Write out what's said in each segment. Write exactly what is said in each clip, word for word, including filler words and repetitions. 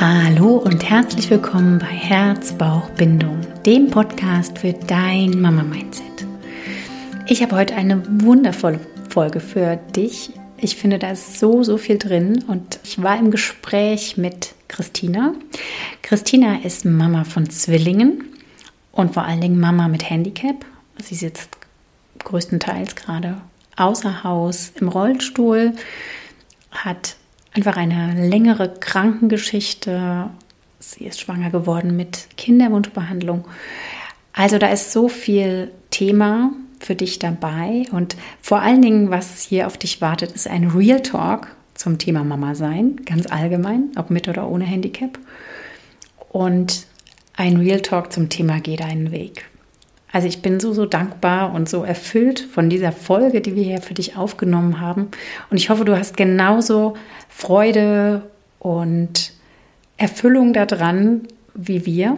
Hallo und herzlich willkommen bei Herz-Bauch-Bindung, dem Podcast für dein Mama-Mindset. Ich habe heute eine wundervolle Folge für dich. Ich finde, da ist so, so viel drin und ich war im Gespräch mit Christina. Christina ist Mama von Zwillingen und vor allen Dingen Mama mit Handicap. Sie sitzt größtenteils gerade außer Haus im Rollstuhl, hat einfach eine längere Krankengeschichte. Sie ist schwanger geworden mit Kinderwunschbehandlung. Also da ist so viel Thema für dich dabei. Und vor allen Dingen, was hier auf dich wartet, ist ein Real Talk zum Thema Mama sein, ganz allgemein, ob mit oder ohne Handicap. Und ein Real Talk zum Thema Geh deinen Weg. Also ich bin so, so dankbar und so erfüllt von dieser Folge, die wir hier für dich aufgenommen haben. Und ich hoffe, du hast genauso Freude und Erfüllung daran wie wir.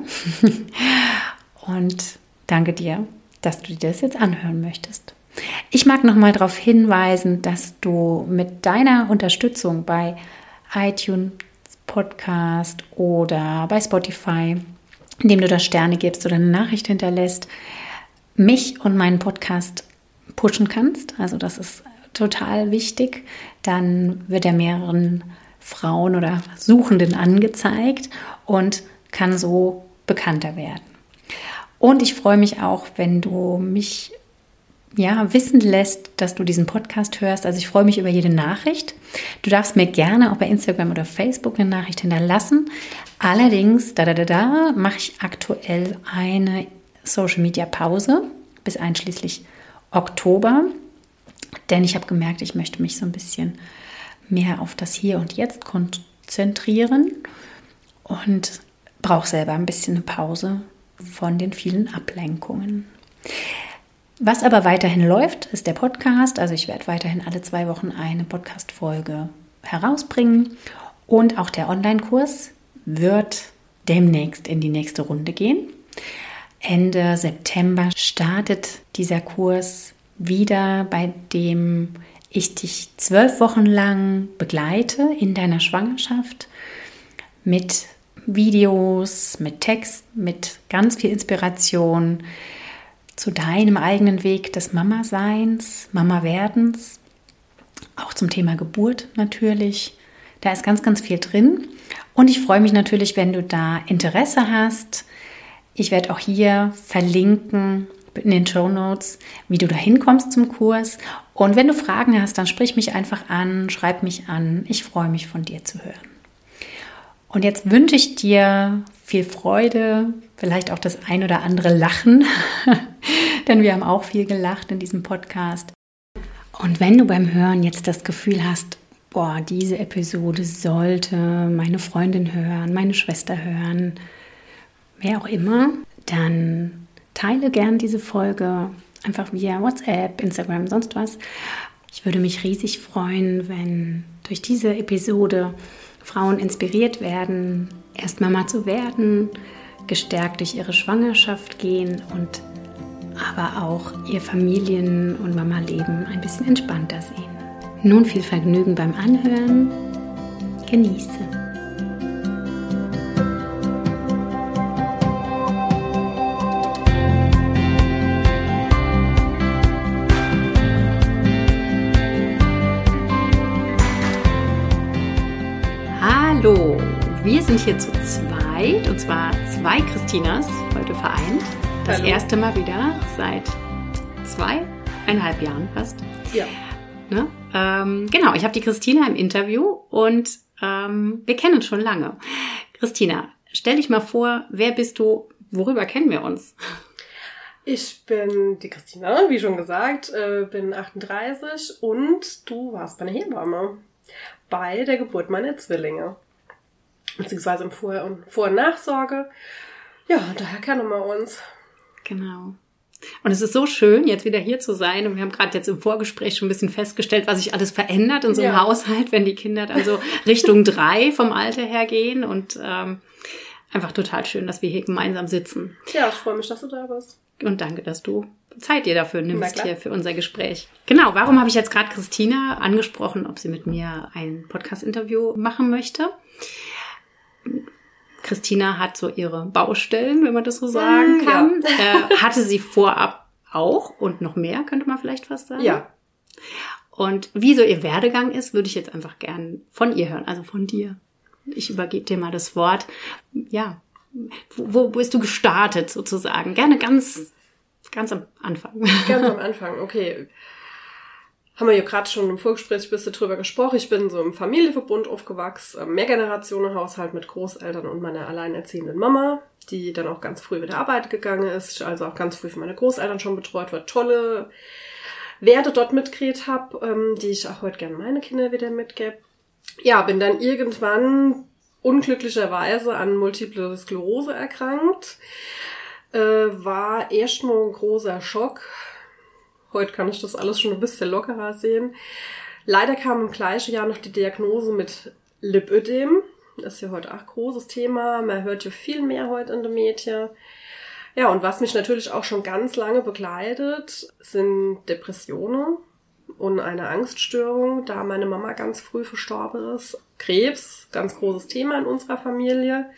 Und danke dir, dass du dir das jetzt anhören möchtest. Ich mag nochmal darauf hinweisen, dass du mit deiner Unterstützung bei iTunes Podcast oder bei Spotify, indem du da Sterne gibst oder eine Nachricht hinterlässt, mich und meinen Podcast pushen kannst. Also das ist total wichtig. Dann wird er mehreren Frauen oder Suchenden angezeigt und kann so bekannter werden. Und ich freue mich auch, wenn du mich ja, wissen lässt, dass du diesen Podcast hörst. Also ich freue mich über jede Nachricht. Du darfst mir gerne auch bei Instagram oder Facebook eine Nachricht hinterlassen. Allerdings, da, da, da, da, mache ich aktuell eine Social Media Pause bis einschließlich Oktober. Denn ich habe gemerkt, ich möchte mich so ein bisschen mehr auf das Hier und Jetzt konzentrieren und brauche selber ein bisschen eine Pause von den vielen Ablenkungen. Was aber weiterhin läuft, ist der Podcast. Also ich werde weiterhin alle zwei Wochen eine Podcast-Folge herausbringen. Und auch der Online-Kurs wird demnächst in die nächste Runde gehen. Ende September startet dieser Kurs wieder, bei dem ich dich zwölf Wochen lang begleite in deiner Schwangerschaft mit Videos, mit Text, mit ganz viel Inspiration zu deinem eigenen Weg des Mama-Seins, Mama-Werdens, auch zum Thema Geburt natürlich. Da ist ganz, ganz viel drin. Und ich freue mich natürlich, wenn du da Interesse hast. Ich werde auch hier verlinken in den Shownotes, wie du da hinkommst zum Kurs. Und wenn du Fragen hast, dann sprich mich einfach an, schreib mich an. Ich freue mich, von dir zu hören. Und jetzt wünsche ich dir viel Freude, vielleicht auch das ein oder andere Lachen, denn wir haben auch viel gelacht in diesem Podcast. Und wenn du beim Hören jetzt das Gefühl hast, boah, diese Episode sollte meine Freundin hören, meine Schwester hören, wer auch immer, dann teile gern diese Folge einfach via WhatsApp, Instagram, sonst was. Ich würde mich riesig freuen, wenn durch diese Episode Frauen inspiriert werden, erst Mama zu werden, gestärkt durch ihre Schwangerschaft gehen und aber auch ihr Familien- und Mama-Leben ein bisschen entspannter sehen. Nun viel Vergnügen beim Anhören. Genieße. Hallo, wir sind hier zu zweit, und zwar zwei Christinas heute vereint. Das Hallo. Erste Mal wieder seit zweieinhalb Jahren fast. Ja. Ne? Ähm, genau, ich habe die Christina im Interview und ähm, wir kennen uns schon lange. Christina, stell dich mal vor, wer bist du, worüber kennen wir uns? Ich bin die Christina, wie schon gesagt, äh, bin achtunddreißig und du warst bei einer Hebamme bei der Geburt meiner Zwillinge. Beziehungsweise im Vor- und Vor- und Nachsorge. Ja, daher kennen wir uns. Genau. Und es ist so schön, jetzt wieder hier zu sein. Und wir haben gerade jetzt im Vorgespräch schon ein bisschen festgestellt, was sich alles verändert in so einem ja. Haushalt, wenn die Kinder dann so Richtung drei vom Alter her gehen. Und ähm, einfach total schön, dass wir hier gemeinsam sitzen. Ja, ich freue mich, dass du da bist. Und danke, dass du Zeit dir dafür nimmst hier für unser Gespräch. Genau, warum habe ich jetzt gerade Christina angesprochen, ob sie mit mir ein Podcast-Interview machen möchte? Christina hat so ihre Baustellen, wenn man das so sagen kann. Ja. Äh, hatte sie vorab auch und noch mehr, könnte man vielleicht fast sagen. Ja. Und wie so ihr Werdegang ist, würde ich jetzt einfach gern von ihr hören, also von dir. Ich übergebe dir mal das Wort. Ja, wo, wo bist du gestartet sozusagen? Gerne ganz, ganz am Anfang. Ganz am Anfang, okay. Haben wir ja gerade schon im Vorgespräch ein bisschen drüber gesprochen. Ich bin so im Familienverbund aufgewachsen, Mehrgenerationenhaushalt mit Großeltern und meiner alleinerziehenden Mama, die dann auch ganz früh wieder arbeiten gegangen ist, also auch ganz früh für meine Großeltern schon betreut wird. Tolle Werte dort mitgekriegt habe, die ich auch heute gerne meine Kinder wieder mitgebe. Ja, bin dann irgendwann unglücklicherweise an Multiple Sklerose erkrankt. Äh, war erstmal ein großer Schock. Heute kann ich das alles schon ein bisschen lockerer sehen. Leider kam im gleichen Jahr noch die Diagnose mit Lipödem. Das ist ja heute auch ein großes Thema. Man hört ja viel mehr heute in den Medien. Ja, und was mich natürlich auch schon ganz lange begleitet, sind Depressionen und eine Angststörung, da meine Mama ganz früh verstorben ist. Krebs, ganz großes Thema in unserer Familie.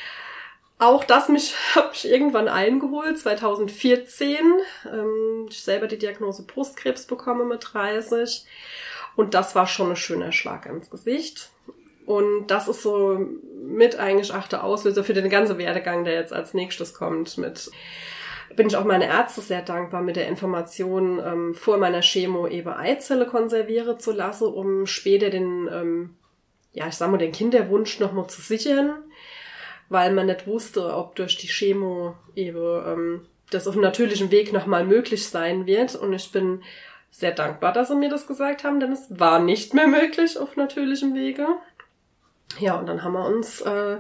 Auch das mich habe ich irgendwann eingeholt, zwanzig vierzehn. Ähm, ich selber die Diagnose Brustkrebs bekomme mit dreißig. Und das war schon ein schöner Schlag ins Gesicht. Und das ist so mit eigentlich auch der Auslöser für den ganzen Werdegang, der jetzt als nächstes kommt. Mit bin ich auch meiner Ärzte sehr dankbar mit der Information, ähm, vor meiner Chemo eben Eizelle konservieren zu lassen, um später den, ähm, ja ich sag mal, den Kinderwunsch nochmal zu sichern. Weil man nicht wusste, ob durch die Chemo eben ähm, das auf natürlichem Weg nochmal möglich sein wird. Und ich bin sehr dankbar, dass sie mir das gesagt haben, denn es war nicht mehr möglich auf natürlichem Wege. Ja, und dann haben wir uns äh,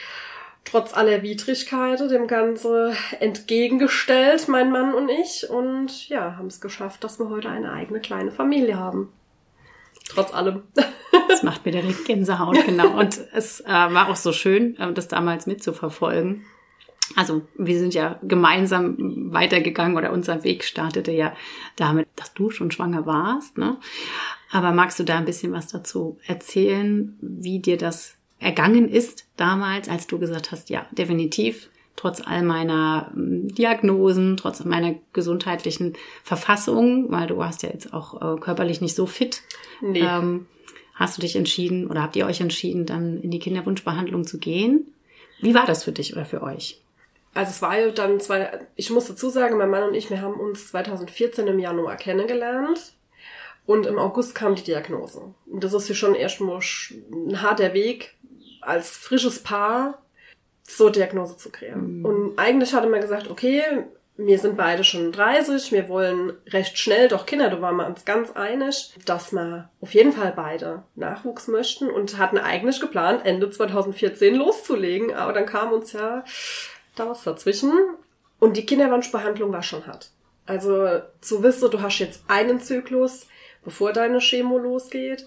trotz aller Widrigkeiten dem Ganze entgegengestellt, mein Mann und ich. Und ja, haben es geschafft, dass wir heute eine eigene kleine Familie haben. Trotz allem. Das macht mir direkt Gänsehaut, genau. Und es äh, war auch so schön, äh, das damals mitzuverfolgen. Also wir sind ja gemeinsam weitergegangen oder unser Weg startete ja damit, dass du schon schwanger warst, ne? Aber magst du da ein bisschen was dazu erzählen, wie dir das ergangen ist damals, als du gesagt hast, ja, definitiv, trotz all meiner Diagnosen, trotz meiner gesundheitlichen Verfassung, weil du warst ja jetzt auch äh, körperlich nicht so fit, nee. ähm, hast du dich entschieden oder habt ihr euch entschieden, dann in die Kinderwunschbehandlung zu gehen? Wie war das für dich oder für euch? Also es war ja dann, zwei, ich muss dazu sagen, mein Mann und ich, wir haben uns zwanzig vierzehn im Januar kennengelernt und im August kam die Diagnose. Und das ist ja schon erstmal ein harter Weg, als frisches Paar so Diagnose zu kriegen. Mhm. Und eigentlich hatte man gesagt, okay, wir sind beide schon dreißig, wir wollen recht schnell doch Kinder, da waren wir uns ganz einig, dass wir auf jeden Fall beide Nachwuchs möchten und hatten eigentlich geplant, Ende zwanzig vierzehn loszulegen, aber dann kam uns ja da was dazwischen und die Kinderwunschbehandlung war schon hart. Also zu wissen, du hast jetzt einen Zyklus, bevor deine Chemo losgeht,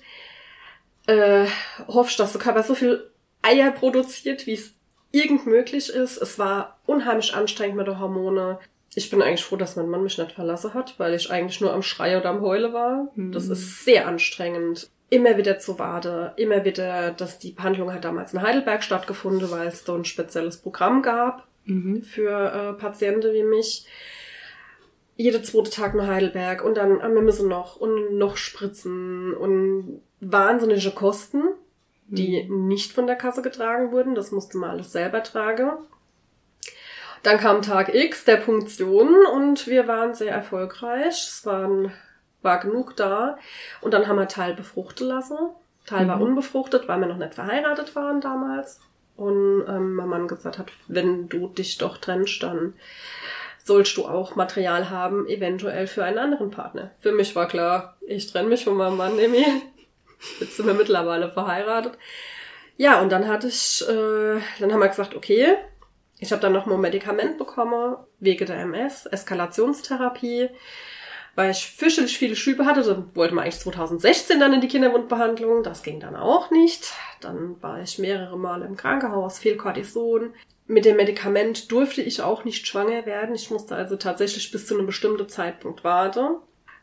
äh, hoffst, dass der Körper so viel Eier produziert, wie es irgend möglich ist. Es war unheimlich anstrengend mit den Hormonen. Ich bin eigentlich froh, dass mein Mann mich nicht verlassen hat, weil ich eigentlich nur am Schreien oder am Heulen war. Mhm. Das ist sehr anstrengend. Immer wieder zu warten, immer wieder, dass die Behandlung hat damals in Heidelberg stattgefunden, weil es da ein spezielles Programm gab mhm. für äh, Patienten wie mich. Jeder zweite Tag nach Heidelberg und dann, ah, wir müssen noch und noch spritzen und wahnsinnige Kosten, die mhm. nicht von der Kasse getragen wurden. Das musste man alles selber tragen. Dann kam Tag X der Punktion und wir waren sehr erfolgreich. Es waren, war genug da. Und dann haben wir Teil befruchten lassen. Teil mhm. war unbefruchtet, weil wir noch nicht verheiratet waren damals. Und ähm, mein Mann gesagt hat, wenn du dich doch trennst, dann sollst du auch Material haben, eventuell für einen anderen Partner. Für mich war klar, ich trenne mich von meinem Mann, Emil. Jetzt sind wir mittlerweile verheiratet. Ja, und dann hatte ich, äh, dann haben wir gesagt, okay, ich habe dann noch mal ein Medikament bekommen, wegen der M S, Eskalationstherapie, weil ich fürchterlich viele Schübe hatte. Dann wollte man eigentlich zwanzig sechzehn dann in die Kinderwundbehandlung. Das ging dann auch nicht. Dann war ich mehrere Male im Krankenhaus, viel Cortison. Mit dem Medikament durfte ich auch nicht schwanger werden. Ich musste also tatsächlich bis zu einem bestimmten Zeitpunkt warten.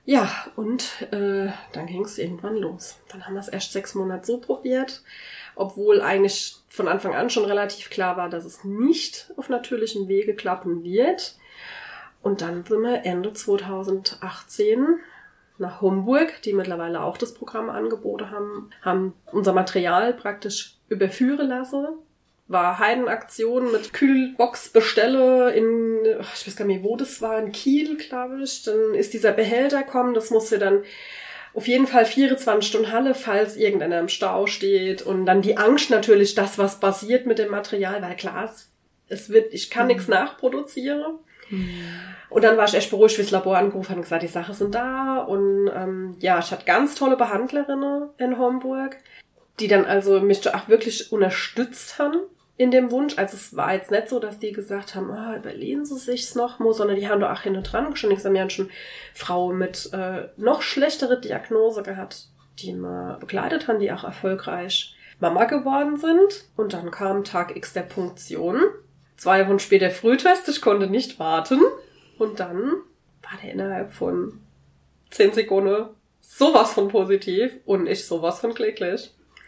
Ja, und äh, dann ging es irgendwann los. Dann haben wir es erst sechs Monate so probiert, obwohl eigentlich von Anfang an schon relativ klar war, dass es nicht auf natürlichem Wege klappen wird. Und dann sind wir Ende zweitausendachtzehn nach Homburg, die mittlerweile auch das Programm angeboten haben, haben unser Material praktisch überführen lassen. War Heidenaktion mit Kühlbox-Bestelle in, ich weiß gar nicht, wo das war, in Kiel, glaube ich. Dann ist dieser Behälter kommen, das musste dann auf jeden Fall vierundzwanzig Stunden Halle, falls irgendeiner im Stau steht. Und dann die Angst natürlich, das, was passiert mit dem Material, weil klar, es, es wird, ich kann mhm. nichts nachproduzieren. Mhm. Und dann war ich echt beruhigt, wie das Labor angerufen und gesagt, die Sachen sind da. Und ähm, ja, ich hatte ganz tolle Behandlerinnen in Homburg, die dann also mich auch wirklich unterstützt haben in dem Wunsch. Also es war jetzt nicht so, dass die gesagt haben, oh, überlegen Sie sich's noch mal, sondern die haben da auch hinten dran gestanden. Ich habe schon Frauen mit äh, noch schlechtere Diagnose gehabt, die wir begleitet haben, die auch erfolgreich Mama geworden sind. Und dann kam Tag X der Punktion. Zwei Wochen später Frühtest, ich konnte nicht warten. Und dann war der innerhalb von zehn Sekunden sowas von positiv und ich sowas von glücklich.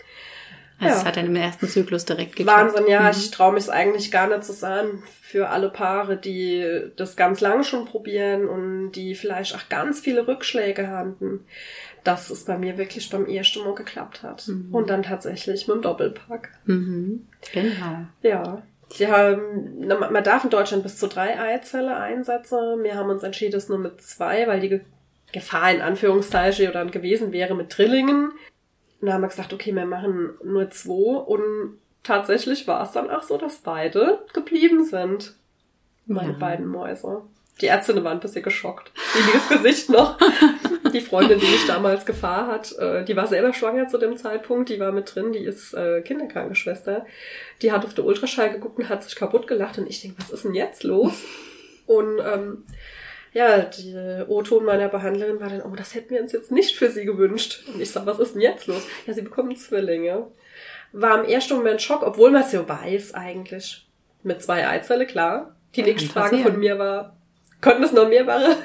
Also ja. Es hat dann im ersten Zyklus direkt geklappt. Wahnsinn, ja. Mhm. Ich traue mich eigentlich gar nicht zu sagen für alle Paare, die das ganz lang schon probieren und die vielleicht auch ganz viele Rückschläge hatten, dass es bei mir wirklich beim ersten Mal geklappt hat. Mhm. Und dann tatsächlich mit dem Doppelpack. Mhm. Genau. Ja. Die haben, man darf in Deutschland bis zu drei Eizellen einsetzen. Wir haben uns entschieden, es nur mit zwei, weil die Gefahr in Anführungszeichen dann gewesen wäre mit Drillingen. Und dann haben wir gesagt, okay, wir machen nur zwei. Und tatsächlich war es dann auch so, dass beide geblieben sind. Meine ja. beiden Mäuse. Die Ärztinnen waren ein bisschen geschockt. Seliges Gesicht noch. Die Freundin, die mich damals gefahren hat, die war selber schwanger zu dem Zeitpunkt. Die war mit drin, die ist Kinderkrankenschwester. Die hat auf der Ultraschall geguckt und hat sich kaputt gelacht. Und ich denke, was ist denn jetzt los? Und ähm, ja, die O-Ton meiner Behandlerin war dann, oh, das hätten wir uns jetzt nicht für sie gewünscht. Und ich sag, was ist denn jetzt los? Ja, sie bekommen Zwillinge. War im ersten Moment Schock, obwohl man es ja weiß eigentlich. Mit zwei Eizellen, klar. Die nächste Frage von mir war, könnten es noch mehr waren?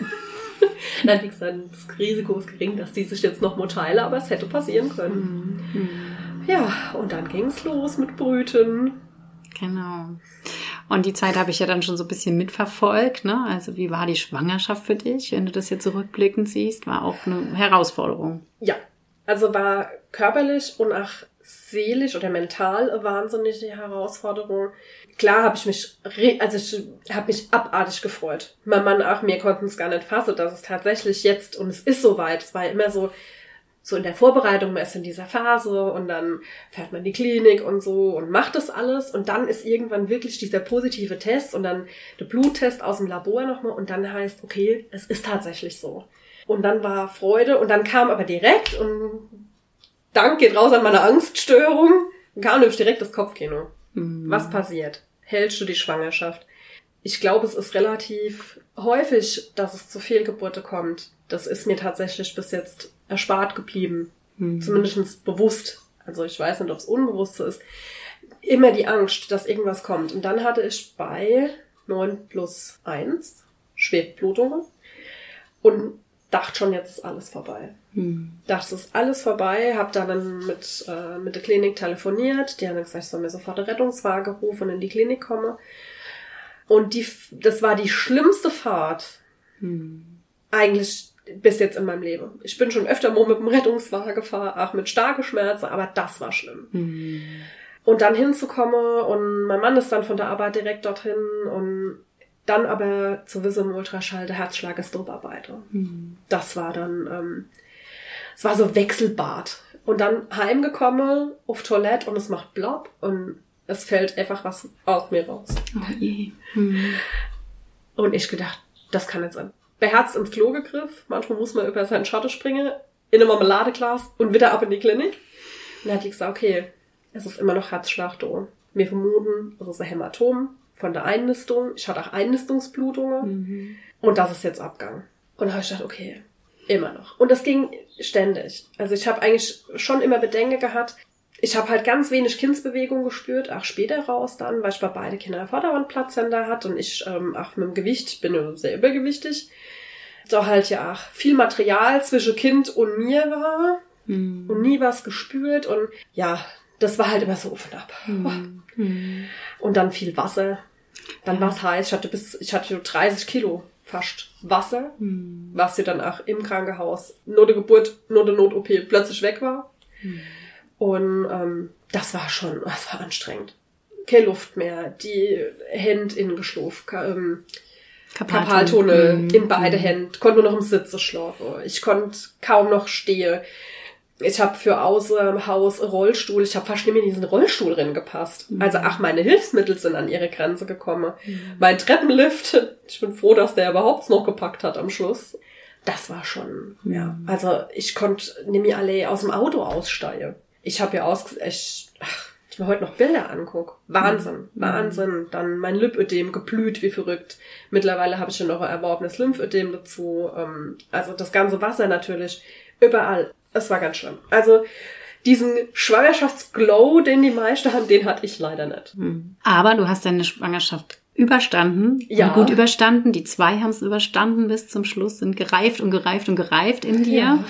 Dann liegt dann das Risiko ist gering, dass die sich jetzt noch mal teilen, aber es hätte passieren können. Mhm. Ja, und dann ging's los mit Brüten. Genau. Und die Zeit habe ich ja dann schon so ein bisschen mitverfolgt, ne? Also wie war die Schwangerschaft für dich, wenn du das jetzt zurückblickend siehst? War auch eine Herausforderung. Ja, also war körperlich und auch seelisch oder mental eine wahnsinnige Herausforderung. Klar habe ich mich, also ich habe mich abartig gefreut. Mein Mann auch, mir konnten es gar nicht fassen, dass es tatsächlich jetzt, und es ist soweit, es war immer so, so in der Vorbereitung, man ist in dieser Phase und dann fährt man in die Klinik und so und macht das alles und dann ist irgendwann wirklich dieser positive Test und dann der Bluttest aus dem Labor nochmal und dann heißt, okay, es ist tatsächlich so. Und dann war Freude und dann kam aber direkt und Dank geht raus an meine Angststörung, kam nämlich direkt das Kopfkino. Mhm. Was passiert? Hältst du die Schwangerschaft? Ich glaube, es ist relativ häufig, dass es zu Fehlgeburten kommt. Das ist mir tatsächlich bis jetzt erspart geblieben. Mhm. Zumindest bewusst. Also ich weiß nicht, ob es unbewusst so ist. Immer die Angst, dass irgendwas kommt. Und dann hatte ich bei neun plus eins Schwerblutungen und dachte schon, jetzt ist alles vorbei. Hm. Dachte, es ist alles vorbei, hab dann mit, äh, mit der Klinik telefoniert. Die haben gesagt, ich soll mir sofort einen Rettungswagen rufen und in die Klinik komme. Und die, das war die schlimmste Fahrt. Hm. Eigentlich bis jetzt in meinem Leben. Ich bin schon öfter mal mit dem Rettungswagen gefahren, auch mit starken Schmerzen, aber das war schlimm. Hm. Und dann hinzukommen und mein Mann ist dann von der Arbeit direkt dorthin und dann aber zu wissen im Ultraschall, der Herzschlag ist Doparbeiter. Mhm. Das war dann, ähm, es war so Wechselbad. Und dann heimgekommen, auf Toilette und es macht Blob und es fällt einfach was aus mir raus. Oh je. Mhm. Und ich gedacht, das kann nicht sein. Beherzt ins Klo gegriffen, manchmal muss man über seinen Schatten springen, in ein Marmeladeglas und wieder ab in die Klinik. Und dann hat die gesagt, okay, es ist immer noch Herzschlag da. Wir vermuten, es ist ein Hämatom von der Einnistung. Ich hatte auch Einnistungsblutungen. Mhm. Und das ist jetzt Abgang. Und da habe ich gedacht, okay, immer noch. Und das ging ständig. Also ich habe eigentlich schon immer Bedenken gehabt. Ich habe halt ganz wenig Kindsbewegung gespürt, auch später raus dann, weil ich bei beide Kinder Vorderwandplatzhänder hatte und ich ähm, auch mit dem Gewicht, ich bin ja sehr übergewichtig. da halt ja viel Material zwischen Kind und mir war Mhm. und nie was gespült und ja, das war halt immer so auf und ab. Mhm. Mhm. Und dann viel Wasser. Dann war es heiß. Ich hatte bis, ich hatte dreißig Kilo fast Wasser, Mhm. was ja dann auch im Krankenhaus nur die Geburt, nur die Not-O P plötzlich weg war. Mhm. Und ähm, das war schon, das war anstrengend. Keine Luft mehr, die Hände innen geschlafen, ähm, Karpaltunnel Mhm. in beide Mhm. Hände, konnte nur noch im Sitze schlafen. Ich konnte kaum noch stehen. Ich habe für außer im Haus einen Rollstuhl, ich habe fast nicht mehr in diesen Rollstuhl drin gepasst. Mhm. Also ach, meine Hilfsmittel sind an ihre Grenze gekommen. Mhm. Mein Treppenlift, ich bin froh, dass der überhaupt noch gepackt hat am Schluss. Das war schon, Mhm. ja. Also ich konnte nicht mehr alle aus dem Auto aussteigen. Ich habe ja aus, ich, ach, ich mir heute noch Bilder angucke. Wahnsinn, Mhm. Wahnsinn. Dann mein Lymphödem geblüht wie verrückt. Mittlerweile habe ich ja noch ein erworbenes Lymphödem dazu. Ähm, Also das ganze Wasser natürlich überall. Es war ganz schlimm. Also diesen Schwangerschaftsglow, den die meisten haben, den hatte ich leider nicht. Mhm. Aber du hast deine Schwangerschaft überstanden. Ja. Und gut überstanden. Die zwei haben es überstanden bis zum Schluss, sind gereift und gereift und gereift in dir. Ja.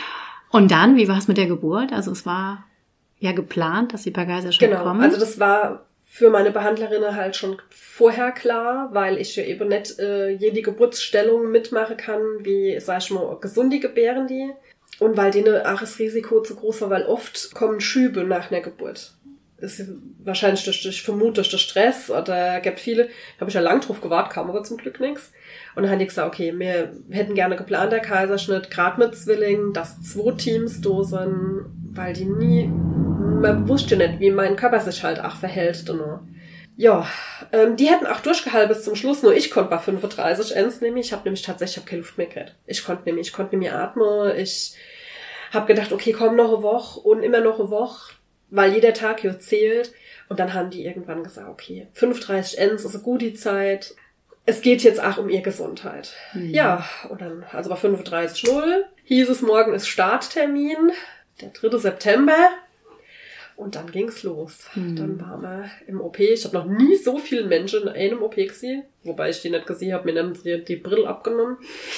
Und dann, wie war es mit der Geburt? Also es war ja geplant, dass die per Kaiserschnitt Genau, kommen. also das war für meine Behandlerinnen halt schon vorher klar, weil ich ja eben nicht äh, jede Geburtsstellung mitmachen kann, wie, sag ich mal, gesunde gebären die. Und weil denen auch das Risiko zu groß war, weil oft kommen Schübe nach einer Geburt. Das ist wahrscheinlich durch, durch vermute durch den Stress oder gibt viele, habe ich ja lang drauf gewartet, kam aber zum Glück nichts. Und dann habe ich gesagt, okay, wir hätten gerne geplant, der Kaiserschnitt, gerade mit Zwillingen, dass zwei Teams da sind, weil die nie, man wusste nicht, wie mein Körper sich halt auch verhält. Nur. Ja, ähm, die hätten auch durchgehalten bis zum Schluss, nur ich konnte bei fünfunddreißig ernst nehmen. Ich habe nämlich tatsächlich, ich habe keine Luft mehr gekriegt. Ich konnte nämlich, ich konnte nicht mehr atmen. Ich habe gedacht, okay, komm, noch eine Woche und immer noch eine Woche, weil jeder Tag hier zählt. Und dann haben die irgendwann gesagt, okay, fünfunddreißig ernst ist eine gute Zeit. Es geht jetzt auch um ihre Gesundheit. Mhm. Ja, und dann, also bei fünfunddreißig null hieß es, morgen ist Starttermin, der dritte September. Und dann ging's los. Mhm. Dann waren wir im O P. Ich habe noch nie so viele Menschen in einem O P gesehen. Wobei ich die nicht gesehen habe, mir haben sie die Brille abgenommen.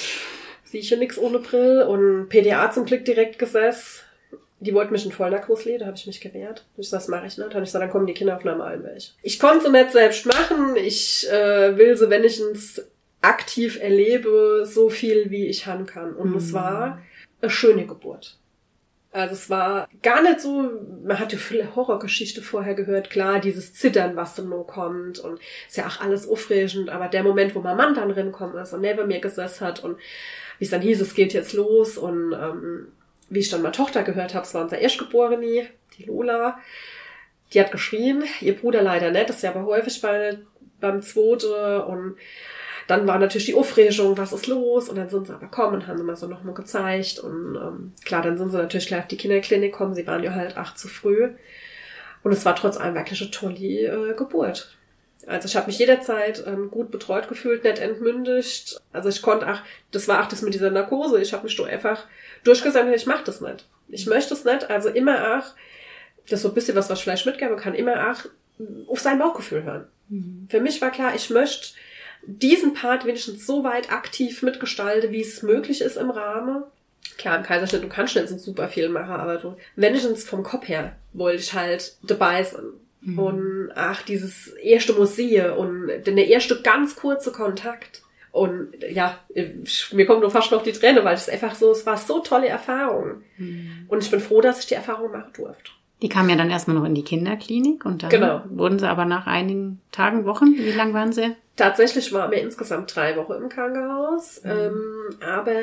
Sehe ich ja nichts ohne Brille. Und P D A zum Glück direkt gesessen. Die wollten mich in Vollnarkose legen, da habe ich mich gewehrt. Ich sag, das mache ich nicht. Dann habe ich gesagt, dann kommen die Kinder auf normalen Weg. Ich konnte sie nicht selbst machen. Ich äh, will sie wenigstens aktiv erlebe, so viel wie ich haben kann. Und mhm. es war eine schöne Geburt. Also es war gar nicht so, man hatte viele Horrorgeschichte vorher gehört, klar, dieses Zittern, was dann nur kommt und ist ja auch alles aufregend, aber der Moment, wo mein Mann dann reinkommen ist und neben mir gesessen hat und wie es dann hieß, es geht jetzt los und ähm, wie ich dann meine Tochter gehört habe, es war unser Erstgeborene, die Lola, die hat geschrien, ihr Bruder leider nicht, das ist ja aber häufig bei, beim Zweiten und dann war natürlich die Aufregung, was ist los? Und dann sind sie aber gekommen und haben sie mal so nochmal gezeigt. Und ähm, klar, dann sind sie natürlich gleich auf die Kinderklinik gekommen. Sie waren ja halt acht zu früh. Und es war trotz allem wirklich eine tolle äh, Geburt. Also ich habe mich jederzeit ähm, gut betreut gefühlt, nicht entmündigt. Also ich konnte auch, das war auch das mit dieser Narkose. Ich habe mich doch einfach durchgesetzt, ich mache das nicht. Ich möchte es nicht. Also immer auch, das ist so ein bisschen was, was ich vielleicht mitgeben kann, immer auch auf sein Bauchgefühl hören. Mhm. Für mich war klar, ich möchte diesen Part wenigstens so weit aktiv mitgestalte, wie es möglich ist im Rahmen. Klar, im Kaiserschnitt, du kannst nicht so super viel machen, aber du, wenigstens vom Kopf her wollte ich halt dabei sein. Mhm. Und ach, dieses erste Museum und der erste ganz kurze Kontakt. Und ja, ich, mir kommt nur fast noch die Träne, weil es einfach so, es war so tolle Erfahrung. Mhm. Und ich bin froh, dass ich die Erfahrung machen durfte. Die kamen ja dann erstmal noch in die Kinderklinik und dann genau. wurden sie aber nach einigen Tagen, Wochen, wie lang waren sie? Tatsächlich waren wir insgesamt drei Wochen im Krankenhaus, mhm. ähm, aber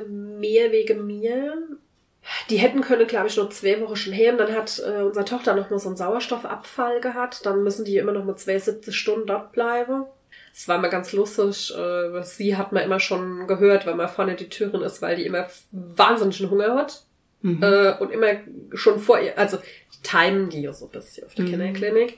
mehr wegen mir. Die hätten können, glaube ich, noch zwei Wochen schon her. Und dann hat äh, unsere Tochter noch mal so einen Sauerstoffabfall gehabt. Dann müssen die immer noch mal zweiundsiebzig Stunden dort bleiben. Es war mal ganz lustig. Äh, sie hat man immer schon gehört, wenn man vorne die Türen ist, weil die immer wahnsinnigen Hunger hat. Mhm. Äh, und immer schon vor ihr, also timen die so ein bisschen auf der mhm. Kinderklinik.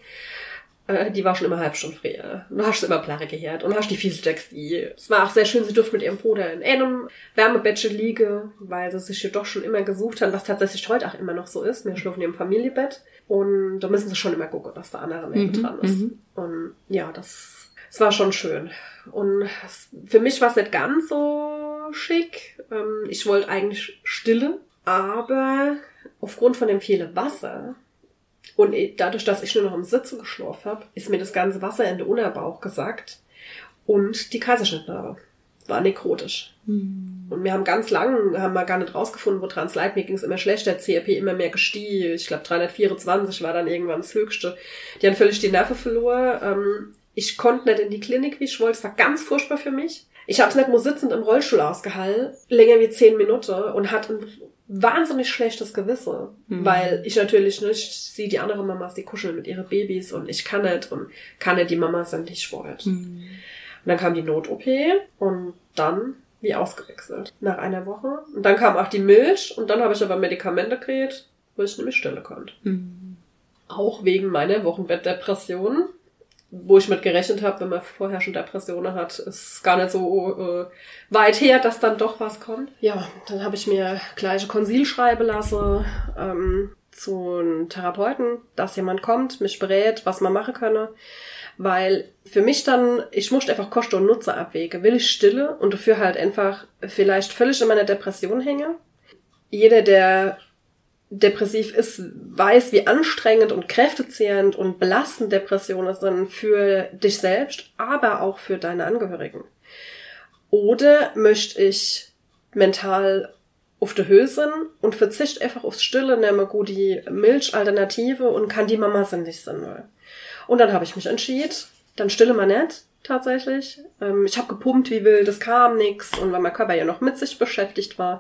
Äh, die war schon immer halb Stunde früher. Und du hast immer Plare gehört. Und du hast die Fieseljacks, die... Es war auch sehr schön, sie durfte mit ihrem Bruder in einem Wärmebettchen liegen, weil sie sich hier doch schon immer gesucht haben, was tatsächlich heute auch immer noch so ist. Wir schlafen im Familienbett. Und da müssen sie schon immer gucken, dass der andere neben mhm. dran ist. Mhm. Und ja, das, das war schon schön. Und für mich war es nicht ganz so schick. Ähm, ich wollte eigentlich Stille, aber aufgrund von dem vielen Wasser und dadurch, dass ich nur noch im Sitzen geschlurft habe, ist mir das ganze Wasser in den Unterbauch gesackt und die Kaiserschnittnarbe war nekrotisch. Mhm. Und wir haben ganz lang, haben wir gar nicht rausgefunden, woran es lag. Mir ging es immer schlechter, C R P immer mehr gestiegen. Ich glaube, dreihundertvierundzwanzig war dann irgendwann das Höchste. Die haben völlig die Nerven verloren. Ähm, ich konnte nicht in die Klinik, wie ich wollte. Es war ganz furchtbar für mich. Ich habe es nicht nur sitzend im Rollstuhl ausgehalten, länger wie zehn Minuten und hatte ein wahnsinnig schlechtes Gewissen, mhm. weil ich natürlich nicht sehe die anderen Mamas, die kuscheln mit ihren Babys und ich kann nicht und kann nicht, die Mamas sind nicht wollt. Mhm. Und dann kam die Not-O P und dann wie ausgewechselt nach einer Woche. Und dann kam auch die Milch und dann habe ich aber Medikamente gekriegt, wo ich nämlich stille konnte. Mhm. Auch wegen meiner Wochenbettdepression, wo ich mit gerechnet habe, wenn man vorher schon Depressionen hat, ist gar nicht so äh, weit her, dass dann doch was kommt. Ja, dann habe ich mir gleich ein Konsil schreiben lassen ähm, zu einem Therapeuten, dass jemand kommt, mich berät, was man machen könne. Weil für mich dann, ich musste einfach Kosten und Nutzen abwägen. Will ich Stille und dafür halt einfach vielleicht völlig in meiner Depression hänge? Jeder, der depressiv ist, weiß, wie anstrengend und kräftezehrend und belastend Depressionen sind für dich selbst, aber auch für deine Angehörigen. Oder möchte ich mental auf der Höhe sein und verzichte einfach aufs Stille, nehme gut die Milchalternative und kann die Mama sein, nicht sein will. Und dann habe ich mich entschieden, dann stille mal nicht, tatsächlich. Ähm, ich habe gepumpt wie wild, es kam nix und weil mein Körper ja noch mit sich beschäftigt war.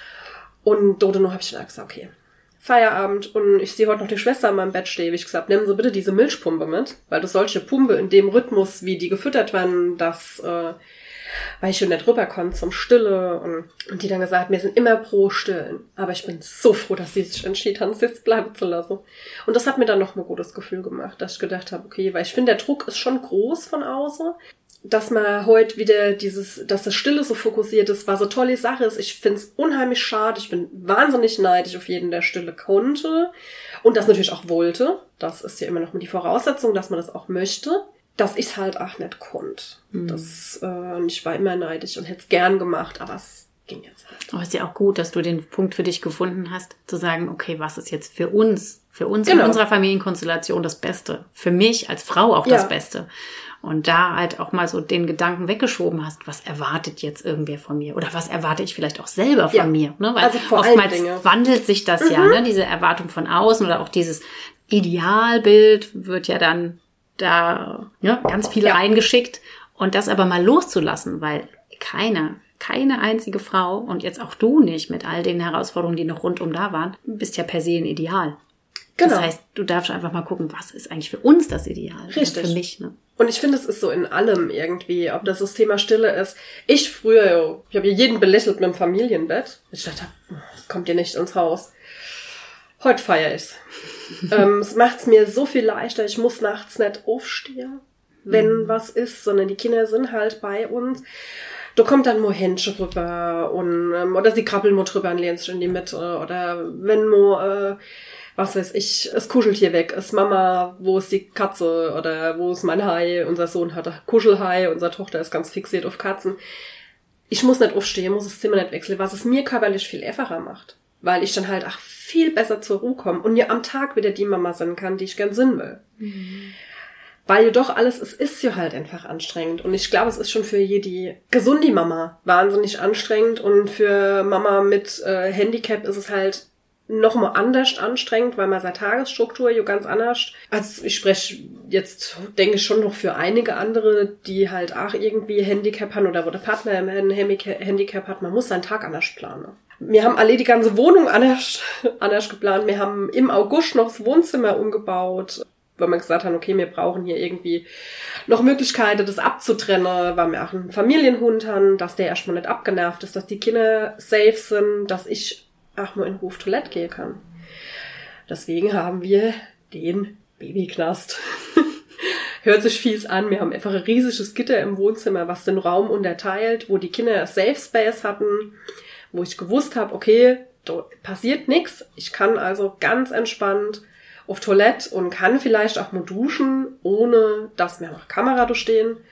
Und Dodo habe ich dann gesagt, okay, Feierabend und ich sehe heute noch die Schwester in meinem Bett stehen. Ich gesagt, nehmen Sie bitte diese Milchpumpe mit, weil du solche Pumpe in dem Rhythmus, wie die gefüttert werden, das, äh, weil ich schon nicht rüber konnte zum Stille und, und die dann gesagt, wir sind immer pro Stillen. Aber ich bin so froh, dass sie sich entschieden haben, es jetzt bleiben zu lassen. Und das hat mir dann noch ein gutes Gefühl gemacht, dass ich gedacht habe, okay, weil ich finde, der Druck ist schon groß von außen, dass man heute wieder dieses, dass das Stille so fokussiert ist, war so tolle Sache ist. Ich finde es unheimlich schade. Ich bin wahnsinnig neidisch auf jeden, der Stille konnte und das natürlich auch wollte. Das ist ja immer noch mal die Voraussetzung, dass man das auch möchte. Dass ich es halt auch nicht konnte. Mhm. Das, äh, und ich war immer neidisch und hätte es gern gemacht, aber es ging jetzt halt. Aber es ist ja auch gut, dass du den Punkt für dich gefunden hast, zu sagen, okay, was ist jetzt für uns, für uns genau. in unserer Familienkonstellation das Beste? Für mich als Frau auch ja. das Beste. Und da halt auch mal so den Gedanken weggeschoben hast, was erwartet jetzt irgendwer von mir? Oder was erwarte ich vielleicht auch selber von ja. mir? Ne? Weil also vor oftmals Dinge. wandelt sich das mhm. ja, ne? Diese Erwartung von außen oder auch dieses Idealbild wird ja dann da ne, ganz viel ja. reingeschickt. Und das aber mal loszulassen, weil keine, keine einzige Frau und jetzt auch du nicht mit all den Herausforderungen, die noch rundum da waren, bist ja per se ein Ideal. Genau. Das heißt, du darfst einfach mal gucken, was ist eigentlich für uns das Ideal? Richtig. Für mich, ne? Und ich finde, es ist so in allem irgendwie, ob das das Thema Stille ist. Ich früher, ich habe jeden belächelt mit dem Familienbett. Ich dachte, das kommt dir nicht ins Haus. Heute feiere ich's. ähm, es macht's mir so viel leichter. Ich muss nachts nicht aufstehen, wenn mhm. was ist, sondern die Kinder sind halt bei uns. Da kommt dann mo Händchen rüber und ähm, oder sie krabbeln mo drüber und lehnen sich in die Mitte. Oder wenn mo, äh, was weiß ich, es kuschelt hier weg, ist Mama, wo ist die Katze oder wo ist mein Hai? Unser Sohn hat ein Kuschelhai, unsere Tochter ist ganz fixiert auf Katzen. Ich muss nicht aufstehen, muss das Zimmer nicht wechseln, was es mir körperlich viel einfacher macht. Weil ich dann halt auch viel besser zur Ruhe komme und ja am Tag wieder die Mama sein kann, die ich gern sein will. Mhm. Weil jedoch alles, es ist ja halt einfach anstrengend. Und ich glaube, es ist schon für jede gesunde Mama wahnsinnig anstrengend. Und für Mama mit äh, Handicap ist es halt noch mal anders anstrengend, weil man seine Tagesstruktur ja ganz anders. Also ich spreche jetzt, denke ich, schon noch für einige andere, die halt auch irgendwie Handicap haben oder wo der Partner ein Handicap hat. Man muss seinen Tag anders planen. Wir haben alle die ganze Wohnung anders, anders geplant. Wir haben im August noch das Wohnzimmer umgebaut, weil wir gesagt haben, okay, wir brauchen hier irgendwie noch Möglichkeiten, das abzutrennen, weil wir auch einen Familienhund haben, dass der erstmal nicht abgenervt ist, dass die Kinder safe sind, dass ich auch mal in Ruhe auf Toilette gehen kann. Deswegen haben wir den Babyknast. Hört sich fies an, wir haben einfach ein riesiges Gitter im Wohnzimmer, was den Raum unterteilt, wo die Kinder Safe Space hatten, wo ich gewusst habe, okay, da passiert nichts. Ich kann also ganz entspannt auf Toilette und kann vielleicht auch mal duschen, ohne dass mir noch Kamera da stehen.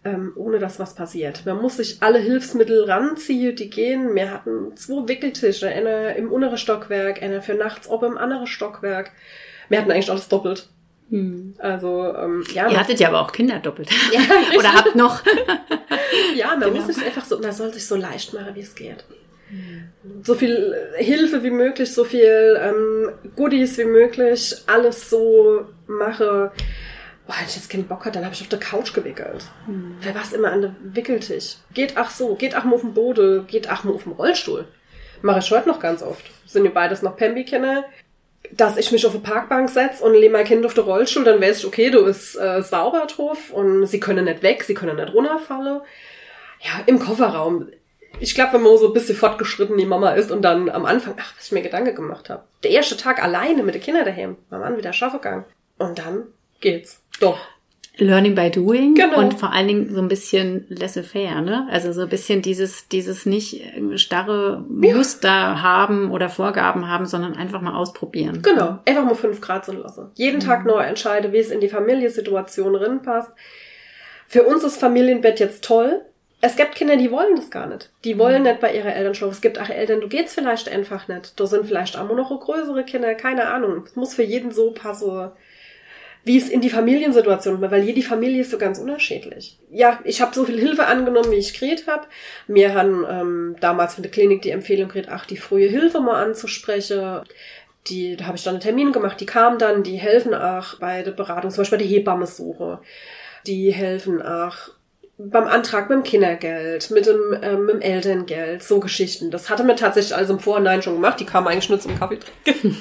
ähm, ohne dass was passiert. Man muss sich alle Hilfsmittel ranziehen, die gehen. Wir hatten zwei Wickeltische, einer im unteren Stockwerk, einer für nachts oben im anderen Stockwerk. Wir hatten eigentlich alles doppelt. Hm. Also, ähm, ja. Ihr hattet ja aber auch Kinder doppelt. Ja, oder habt noch. Ja, man genau. muss sich einfach so, man soll sich so leicht machen, wie es geht. Hm. So viel Hilfe wie möglich, so viel ähm, Goodies wie möglich, alles so mache. Boah, wenn ich jetzt keinen Bock hatte, dann habe ich auf der Couch gewickelt. Hm. Wer war es immer an der Wickeltisch? Geht ach so, geht ach mal auf den Boden, geht ach mal auf den Rollstuhl. Mache ich heute noch ganz oft. Sind ja beides noch Pembi-Kinder. Dass ich mich auf eine Parkbank setze und lege mein Kind auf den Rollstuhl, dann weiß ich, okay, du bist äh, sauber drauf und sie können nicht weg, sie können nicht runterfallen. Ja, im Kofferraum. Ich glaube, wenn man so ein bisschen fortgeschritten die Mama ist und dann am Anfang, ach, was ich mir Gedanken gemacht habe. Der erste Tag alleine mit den Kindern daheim. Mein Mann wieder schaffen gegangen. Und dann geht's. Doch. Learning by doing genau. Und vor allen Dingen so ein bisschen laissez-faire, ne? Also so ein bisschen dieses dieses nicht starre Muster ja. haben oder Vorgaben haben, sondern einfach mal ausprobieren. Genau, einfach mal fünf Grad sind lassen. Jeden mhm. Tag neu entscheide, wie es in die Familiensituation reinpasst. Für uns ist Familienbett jetzt toll. Es gibt Kinder, die wollen das gar nicht. Die wollen mhm. nicht bei ihrer Eltern schlafen. Es gibt auch Eltern, du geht's vielleicht einfach nicht. Da sind vielleicht auch noch größere Kinder, keine Ahnung. Es muss für jeden so passen, wie es in die Familiensituation war, weil jede Familie ist so ganz unterschiedlich. Ja, ich habe so viel Hilfe angenommen, wie ich gekriegt habe. Wir haben ähm, damals von der Klinik die Empfehlung gekriegt, ach, die frühe Hilfe mal anzusprechen. Die, da habe ich dann einen Termin gemacht, die kamen dann, die helfen auch bei der Beratung, zum Beispiel bei der Hebammensuche. Die helfen auch beim Antrag mit dem Kindergeld, mit dem, ähm, mit dem Elterngeld, so Geschichten. Das hatte mir tatsächlich alles im Vorhinein schon gemacht. Die kamen eigentlich nur zum Kaffee trinken.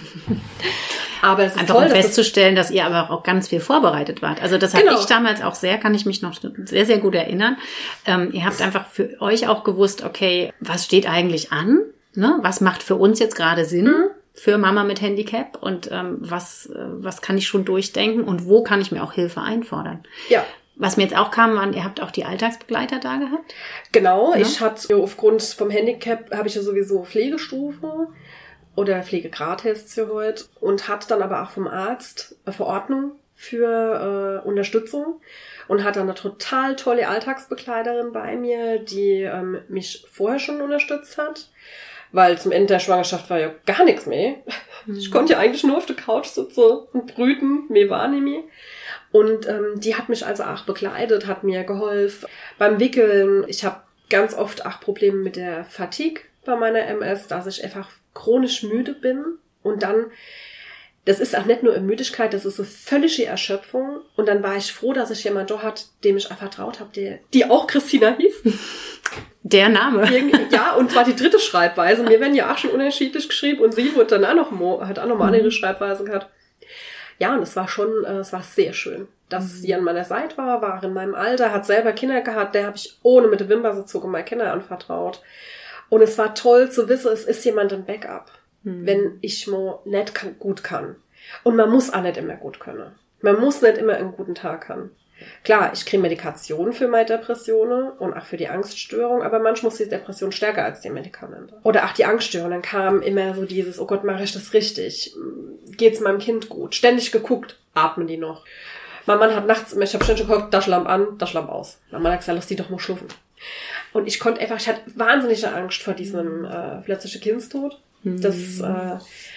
Aber es ist einfach toll, um festzustellen, dass ihr aber auch ganz viel vorbereitet wart. Also das habe genau. ich damals auch sehr, kann ich mich noch sehr, sehr gut erinnern. Ähm, ihr habt einfach für euch auch gewusst, okay, was steht eigentlich an? Ne? Was macht für uns jetzt gerade Sinn? Mhm. Für Mama mit Handicap und ähm, was, äh, was kann ich schon durchdenken und wo kann ich mir auch Hilfe einfordern? Ja. Was mir jetzt auch kam, waren, ihr habt auch die Alltagsbegleiter da gehabt? Genau, ja. Ich hatte aufgrund vom Handicap, habe ich ja sowieso Pflegestufe oder Pflegegrad heißt es ja heute und hatte dann aber auch vom Arzt eine Verordnung für äh, Unterstützung und hatte eine total tolle Alltagsbegleiterin bei mir, die ähm, mich vorher schon unterstützt hat. Weil zum Ende der Schwangerschaft war ja gar nichts mehr. Mhm. Ich konnte ja eigentlich nur auf der Couch sitzen und brüten. Mir war nicht mehr. Und ähm, die hat mich also auch begleitet, hat mir geholfen beim Wickeln. Ich habe ganz oft auch Probleme mit der Fatigue bei meiner M S, dass ich einfach chronisch müde bin. Und dann, das ist auch nicht nur eine Müdigkeit, das ist so völlige Erschöpfung. Und dann war ich froh, dass ich jemanden da hatte, dem ich auch vertraut habe, der, die auch Christina hieß. Der Name. Ja, und zwar die dritte Schreibweise. Mir werden ja auch schon unterschiedlich geschrieben und sie wurde dann auch noch mo, hat auch noch mal eine andere Schreibweise gehabt. Ja, und es war schon, es war sehr schön, dass mhm. sie an meiner Seite war, war in meinem Alter, hat selber Kinder gehabt, der habe ich ohne mit der Wimper so zucken meine Kinder anvertraut. Und es war toll zu wissen, es ist jemand ein Backup, mhm. wenn ich mal nicht kann, gut kann. Und man muss auch nicht immer gut können. Man muss nicht immer einen guten Tag haben. Klar, ich kriege Medikation für meine Depressionen und auch für die Angststörung, aber manchmal ist die Depression stärker als die Medikamente. Oder auch die Angststörung, dann kam immer so dieses, oh Gott, mache ich das richtig? Geht's meinem Kind gut? Ständig geguckt, atmen die noch? Mein Mann hat nachts immer, ich habe ständig geguckt, Taschenlampe an, Taschenlampe aus. Mein Mann hat gesagt, lass die doch mal schlafen. Und ich konnte einfach, ich hatte wahnsinnige Angst vor diesem äh, plötzlichen Kindstod. Mhm. Das, äh,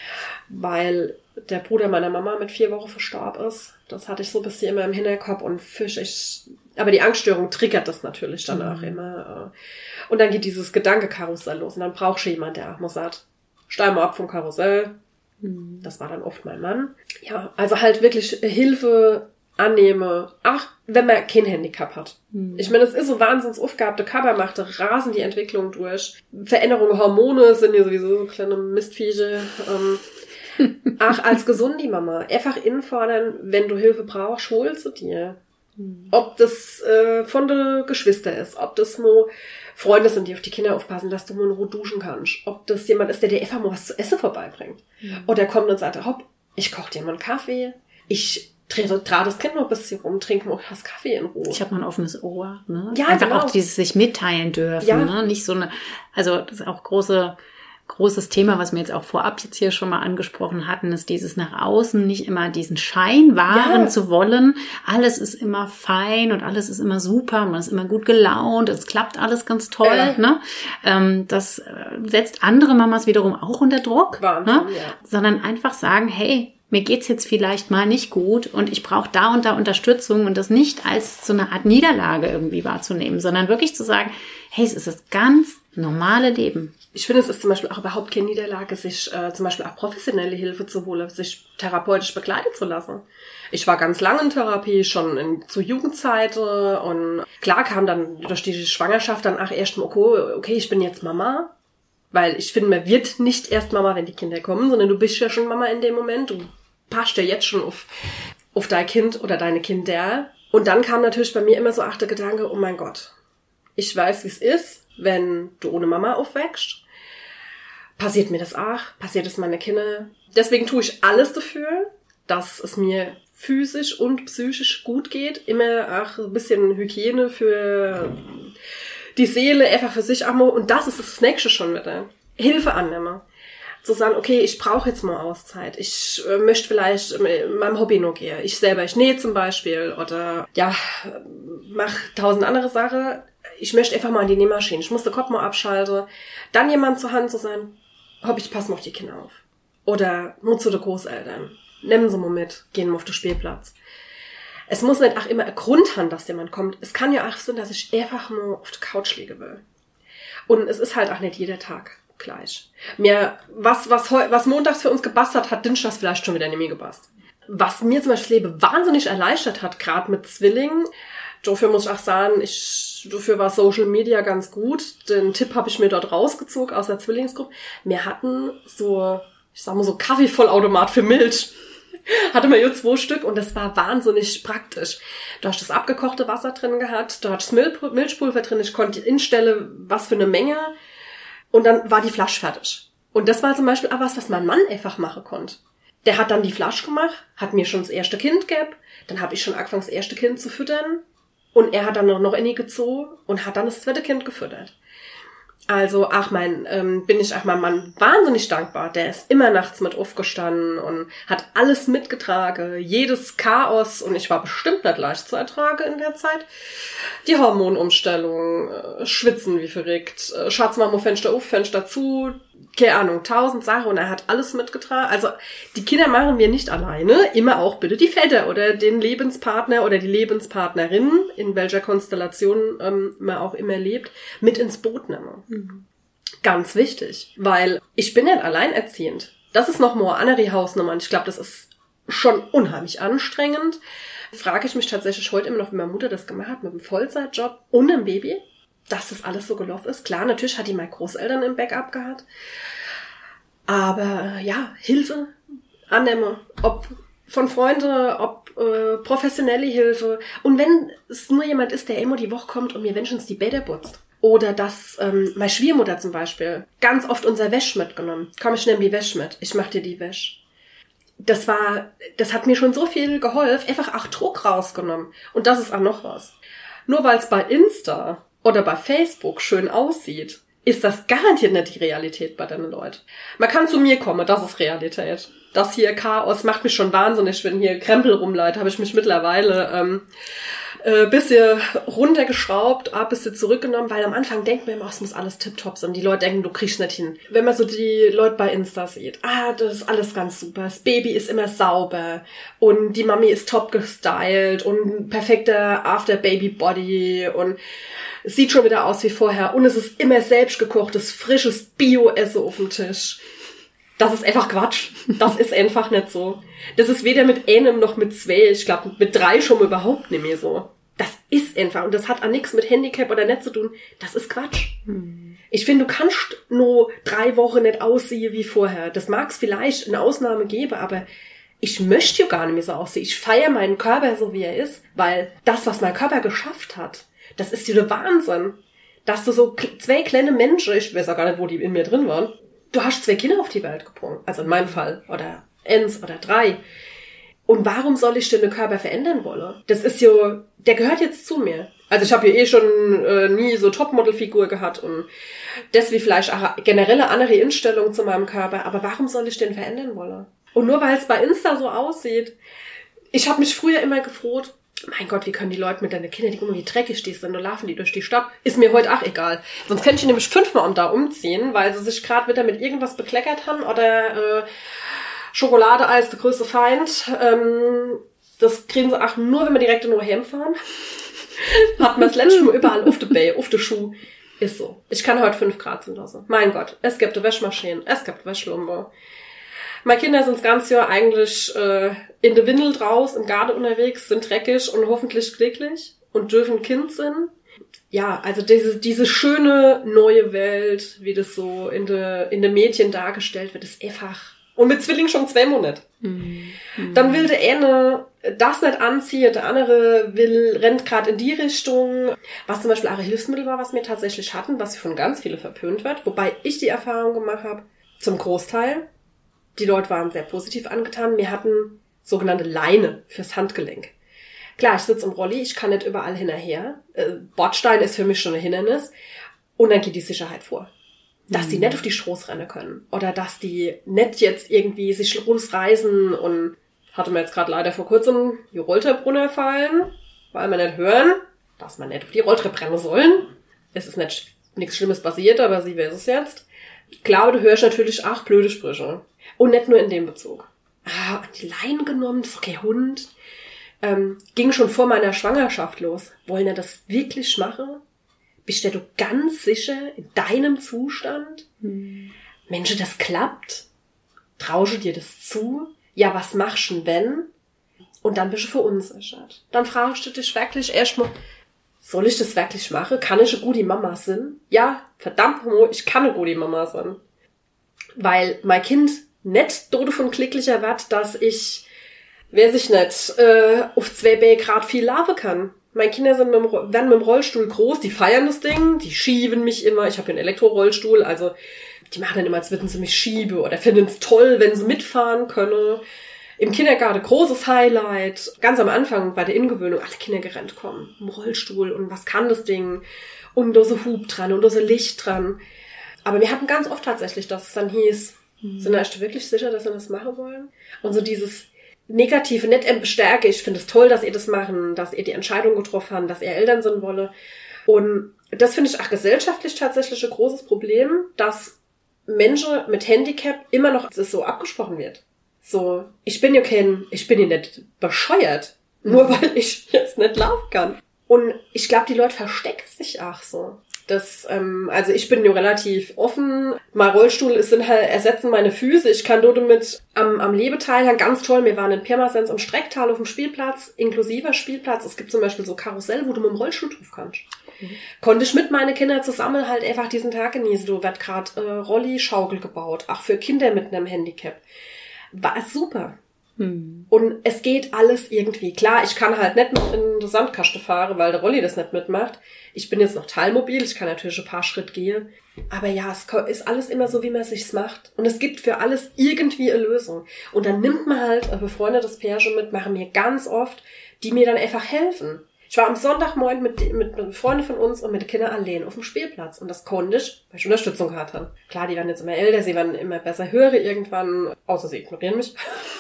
weil der Bruder meiner Mama mit vier Wochen verstarb ist. Das hatte ich so ein bisschen immer im Hinterkopf und fisch ich, aber die Angststörung triggert das natürlich danach mhm. immer. Und dann geht dieses Gedankekarussell los und dann brauchst du jemanden, der auch mal sagt, steig mal ab vom Karussell. Mhm. Das war dann oft mein Mann. Ja, also halt wirklich Hilfe annehme. Ach, wenn man kein Handicap hat. Mhm. Ich meine, es ist so wahnsinns Aufgabe, der Körper macht rasen die Entwicklung durch. Veränderungen, Hormone sind ja sowieso so kleine Mistviecher. Ähm, Ach, als gesundi Mama. Einfach infordern, wenn du Hilfe brauchst, holst du dir. Mhm. Ob das äh, von den Geschwistern ist, ob das nur Freunde sind, die auf die Kinder aufpassen, dass du mal in Ruhe duschen kannst. Ob das jemand ist, der dir einfach mal was zu essen vorbeibringt. Mhm. Oder kommt und sagt, hopp, ich koche dir mal einen Kaffee. Ich drehe das Kind noch ein bisschen rum, trinke mal das Kaffee in Ruhe. Ich habe mal ein offenes Ohr. Ne? Ja, einfach genau. auch dieses sich mitteilen dürfen. Ja. Ne? Nicht so eine, also das ist auch große großes Thema, was wir jetzt auch vorab jetzt hier schon mal angesprochen hatten, ist dieses nach außen nicht immer diesen Schein wahren ja. zu wollen. Alles ist immer fein und alles ist immer super, man ist immer gut gelaunt, es klappt alles ganz toll. Äh. Ne? Ähm, das setzt andere Mamas wiederum auch unter Druck. Wahnsinn, ne? ja. Sondern einfach sagen, hey, mir geht's jetzt vielleicht mal nicht gut und ich brauche da und da Unterstützung und das nicht als so eine Art Niederlage irgendwie wahrzunehmen, sondern wirklich zu sagen, hey, es ist das ganz normale Leben. Ich finde, es ist zum Beispiel auch überhaupt keine Niederlage, sich äh, zum Beispiel auch professionelle Hilfe zu holen, sich therapeutisch begleiten zu lassen. Ich war ganz lange in Therapie, schon in, zu Jugendzeiten und klar kam dann durch die Schwangerschaft dann auch erst mal, okay, okay, ich bin jetzt Mama, weil ich finde, man wird nicht erst Mama, wenn die Kinder kommen, sondern du bist ja schon Mama in dem Moment, du passt ja jetzt schon auf, auf dein Kind oder deine Kinder. Und dann kam natürlich bei mir immer so ach, der Gedanke, oh mein Gott, ich weiß, wie es ist, wenn du ohne Mama aufwächst. Passiert mir das auch, passiert es meinen Kindern. Deswegen tue ich alles dafür, dass es mir physisch und psychisch gut geht. Immer auch ein bisschen Hygiene für die Seele, einfach für sich auch mal. Und das ist das Nächste schon wieder. Hilfe annehmen. Zu sagen, okay, ich brauche jetzt mal Auszeit. Ich äh, möchte vielleicht äh, meinem Hobby noch gehen. Ich selber, ich nähe zum Beispiel oder ja, mach tausend andere Sachen. Ich möchte einfach mal an die Nähmaschine. Ich muss den Kopf mal abschalten. Dann jemand zur Hand zu sein, hopp, ich passe mal auf die Kinder auf. Oder nur zu den Großeltern. Nehmen sie mal mit, gehen mal auf den Spielplatz. Es muss nicht auch immer ein Grund haben, dass jemand kommt. Es kann ja auch sein, dass ich einfach nur auf der Couch liegen will. Und es ist halt auch nicht jeder Tag gleich. Mir, was, was, was montags für uns gebastelt hat, Dienstags vielleicht schon wieder nicht mehr gebastelt. Was mir zum Beispiel das Leben wahnsinnig erleichtert hat, gerade mit Zwillingen, dafür muss ich auch sagen, ich, dafür war Social Media ganz gut. Den Tipp habe ich mir dort rausgezogen aus der Zwillingsgruppe. Wir hatten so, ich sag mal so Kaffeevollautomat für Milch. Hatte man jetzt zwei Stück und das war wahnsinnig praktisch. Du hast das abgekochte Wasser drin gehabt, du hast Milchpulver drin, ich konnte instellen, was für eine Menge und dann war die Flasche fertig. Und das war zum Beispiel auch was, was mein Mann einfach machen konnte. Der hat dann die Flasche gemacht, hat mir schon das erste Kind gegeben, dann habe ich schon angefangen, das erste Kind zu füttern und er hat dann noch in die gezogen und hat dann das zweite Kind gefüttert. Also, ach mein, ähm, bin ich ach meinem Mann wahnsinnig dankbar. Der ist immer nachts mit aufgestanden und hat alles mitgetragen, jedes Chaos und ich war bestimmt nicht leicht zu ertragen in der Zeit. Die Hormonumstellung, äh, schwitzen wie verrückt, äh, Schatz, mach mal Fenster auf, Fenster zu, keine Ahnung, tausend Sachen und er hat alles mitgetragen. Also, die Kinder machen wir nicht alleine, immer auch bitte die Väter oder den Lebenspartner oder die Lebenspartnerin, in welcher Konstellation ähm, man auch immer lebt, mit ins Boot nehmen. Mhm. Ganz wichtig, weil ich bin nicht alleinerziehend. Das ist noch mal eine andere Hausnummer. Ich glaube, das ist schon unheimlich anstrengend. Frage ich mich tatsächlich heute immer noch, wie meine Mutter das gemacht hat, mit einem Vollzeitjob und einem Baby, dass das alles so gelaufen ist. Klar, natürlich hat die meine Großeltern im Backup gehabt. Aber ja, Hilfe annehmen, ob von Freunden, ob äh, professionelle Hilfe. Und wenn es nur jemand ist, der immer die Woche kommt und mir wenigstens die Bäder putzt. Oder dass ähm, meine Schwiegermutter zum Beispiel ganz oft unser Wäsch mitgenommen. Komm, ich nehme die Wäsch mit. Ich mach dir die Wäsch. Das war, das hat mir schon so viel geholfen. Einfach auch Druck rausgenommen. Und das ist auch noch was. Nur weil es bei Insta oder bei Facebook schön aussieht, ist das garantiert nicht die Realität bei den Leuten. Man kann zu mir kommen, das ist Realität. Das hier Chaos macht mich schon wahnsinnig, wenn hier Krempel rumleitet, habe ich mich mittlerweile ähm, äh, bisschen runtergeschraubt, ein bisschen zurückgenommen, weil am Anfang denkt man immer, es muss alles tipptopp sein. Die Leute denken, du kriegst nicht hin. Wenn man so die Leute bei Insta sieht, ah, das ist alles ganz super, das Baby ist immer sauber und die Mami ist top gestylt und perfekter After-Baby-Body und es sieht schon wieder aus wie vorher und es ist immer selbst gekochtes, frisches Bio-Essen auf dem Tisch. Das ist einfach Quatsch. Das ist einfach nicht so. Das ist weder mit einem noch mit zwei, ich glaube mit drei schon überhaupt nicht mehr so. Das ist einfach, und das hat auch nichts mit Handicap oder nicht zu tun, das ist Quatsch. Hm. Ich finde, du kannst nur drei Wochen nicht aussehen wie vorher. Das mag es vielleicht eine Ausnahme geben, aber ich möchte ja gar nicht mehr so aussehen. Ich feiere meinen Körper so, wie er ist, weil das, was mein Körper geschafft hat, das ist ja der Wahnsinn. Dass du so zwei kleine Menschen, ich weiß auch gar nicht, wo die in mir drin waren, du hast zwei Kinder auf die Welt gebracht. Also in meinem Fall. Oder eins oder drei. Und warum soll ich denn den Körper verändern wollen? Das ist ja, der gehört jetzt zu mir. Also ich habe ja eh schon äh, nie so Topmodelfigur gehabt und deswegen vielleicht auch generelle andere Einstellung zu meinem Körper. Aber warum soll ich den verändern wollen? Und nur weil es bei Insta so aussieht. Ich habe mich früher immer gefroht, mein Gott, wie können die Leute mit deinen Kindern, die gucken, wie dreckig die sind, und laufen die durch die Stadt. Ist mir heute auch egal. Sonst könnte ich nämlich fünfmal um da umziehen, weil sie sich gerade wieder mit irgendwas bekleckert haben oder äh, Schokoladeeis, der größte Feind. Ähm, das kriegen sie auch nur, wenn wir direkt nur heimfahren. Hat man das letzte Mal überall auf der Bay, auf der Schuh. Ist so. Ich kann heute fünf Grad sind lassen. Mein Gott, es gibt eine Wäschmaschine, es gibt Wäschlumpe. Meine Kinder sind das ganze Jahr eigentlich äh, in der Windel draus, im Garten unterwegs, sind dreckig und hoffentlich glücklich und dürfen Kind sein. Ja, also diese diese schöne neue Welt, wie das so in der in den Medien dargestellt wird, ist einfach. Und mit Zwilling schon zwei Monate. Mhm. Dann will der eine das nicht anziehen, der andere will rennt gerade in die Richtung. Was zum Beispiel auch ein Hilfsmittel war, was wir tatsächlich hatten, was von ganz vielen verpönt wird. Wobei ich die Erfahrung gemacht habe, zum Großteil, die Leute waren sehr positiv angetan. Wir hatten sogenannte Leine fürs Handgelenk. Klar, ich sitze im Rolli, ich kann nicht überall hinterher. Äh, Bordstein ist für mich schon ein Hindernis. Und dann geht die Sicherheit vor. Dass die nicht auf die Straße rennen können. Oder dass die nicht jetzt irgendwie sich rausreißen. Und hatte mir jetzt gerade leider vor kurzem die Rolltreppe runterfallen, weil wir nicht hören, dass man nicht auf die Rolltreppe rennen sollen. Es ist nicht nichts Schlimmes passiert, aber sie weiß es jetzt. Ich glaube, du hörst natürlich auch blöde Sprüche. Und nicht nur in dem Bezug. Ah, an die Leine genommen, das ist okay, Hund. Ähm, ging schon vor meiner Schwangerschaft los. Wollen wir das wirklich machen? Bist du ganz sicher in deinem Zustand? Hm. Mensch, das klappt? Trausche dir das zu? Ja, was machst du denn, wenn? Und dann bist du verunsichert. Dann fragst du dich wirklich erstmal, soll ich das wirklich machen? Kann ich eine gute Mama sein? Ja, verdammt, ich kann eine gute Mama sein. Weil mein Kind nicht so davon glücklicher wird, dass ich, weiß ich nicht, äh, auf zwei B Grad viel laufen kann. Meine Kinder sind mit dem, werden mit dem Rollstuhl groß, die feiern das Ding, die schieben mich immer. Ich habe hier einen Elektrorollstuhl, also die machen dann immer, als würden sie mich schieben oder finden es toll, wenn sie mitfahren können. Im Kindergarten großes Highlight. Ganz am Anfang bei der Ingewöhnung alle Kinder gerannt kommen im Rollstuhl und was kann das Ding? Und da so Hub dran und da so Licht dran. Aber wir hatten ganz oft tatsächlich, dass es dann hieß, mhm. sind ihr wirklich sicher, dass sie das machen wollen? Und so dieses Negative nicht bestärke, ich finde es toll, dass ihr das machen, dass ihr die Entscheidung getroffen habt, dass ihr Eltern sind wolle. Und das finde ich auch gesellschaftlich tatsächlich ein großes Problem, dass Menschen mit Handicap immer noch das so abgesprochen wird. So, ich bin ja kein, ich bin ja nicht bescheuert, nur weil ich jetzt nicht laufen kann. Und ich glaube, die Leute verstecken sich auch so. Das, ähm, also ich bin ja relativ offen. Mein Rollstuhl ist sind halt, ersetzen meine Füße. Ich kann dort mit am, am Leben teilhaben. Ganz toll. Wir waren in Pirmasens am Strecktal auf dem Spielplatz, inklusiver Spielplatz. Es gibt zum Beispiel so Karussell, wo du mit dem Rollstuhl drauf kannst. Mhm. Konnte ich mit meinen Kindern zusammen halt einfach diesen Tag genießen. Du wird gerade äh, Rolli-Schaukel gebaut. Auch für Kinder mit einem Handicap. War super. Hm. Und es geht alles irgendwie. Klar, ich kann halt nicht mit in die Sandkaste fahren, weil der Rolli das nicht mitmacht. Ich bin jetzt noch teilmobil, ich kann natürlich ein paar Schritte gehen. Aber ja, es ist alles immer so, wie man sich's macht. Und es gibt für alles irgendwie eine Lösung. Und dann nimmt man halt ein befreundetes Pärchen mit, machen mir ganz oft, die mir dann einfach helfen. Ich war am Sonntagmorgen mit, mit einer Freundin von uns und mit den Kindern allein auf dem Spielplatz. Und das konnte ich, weil ich Unterstützung gehabt habe. Klar, die werden jetzt immer älter, sie werden immer besser hören irgendwann, außer sie ignorieren mich.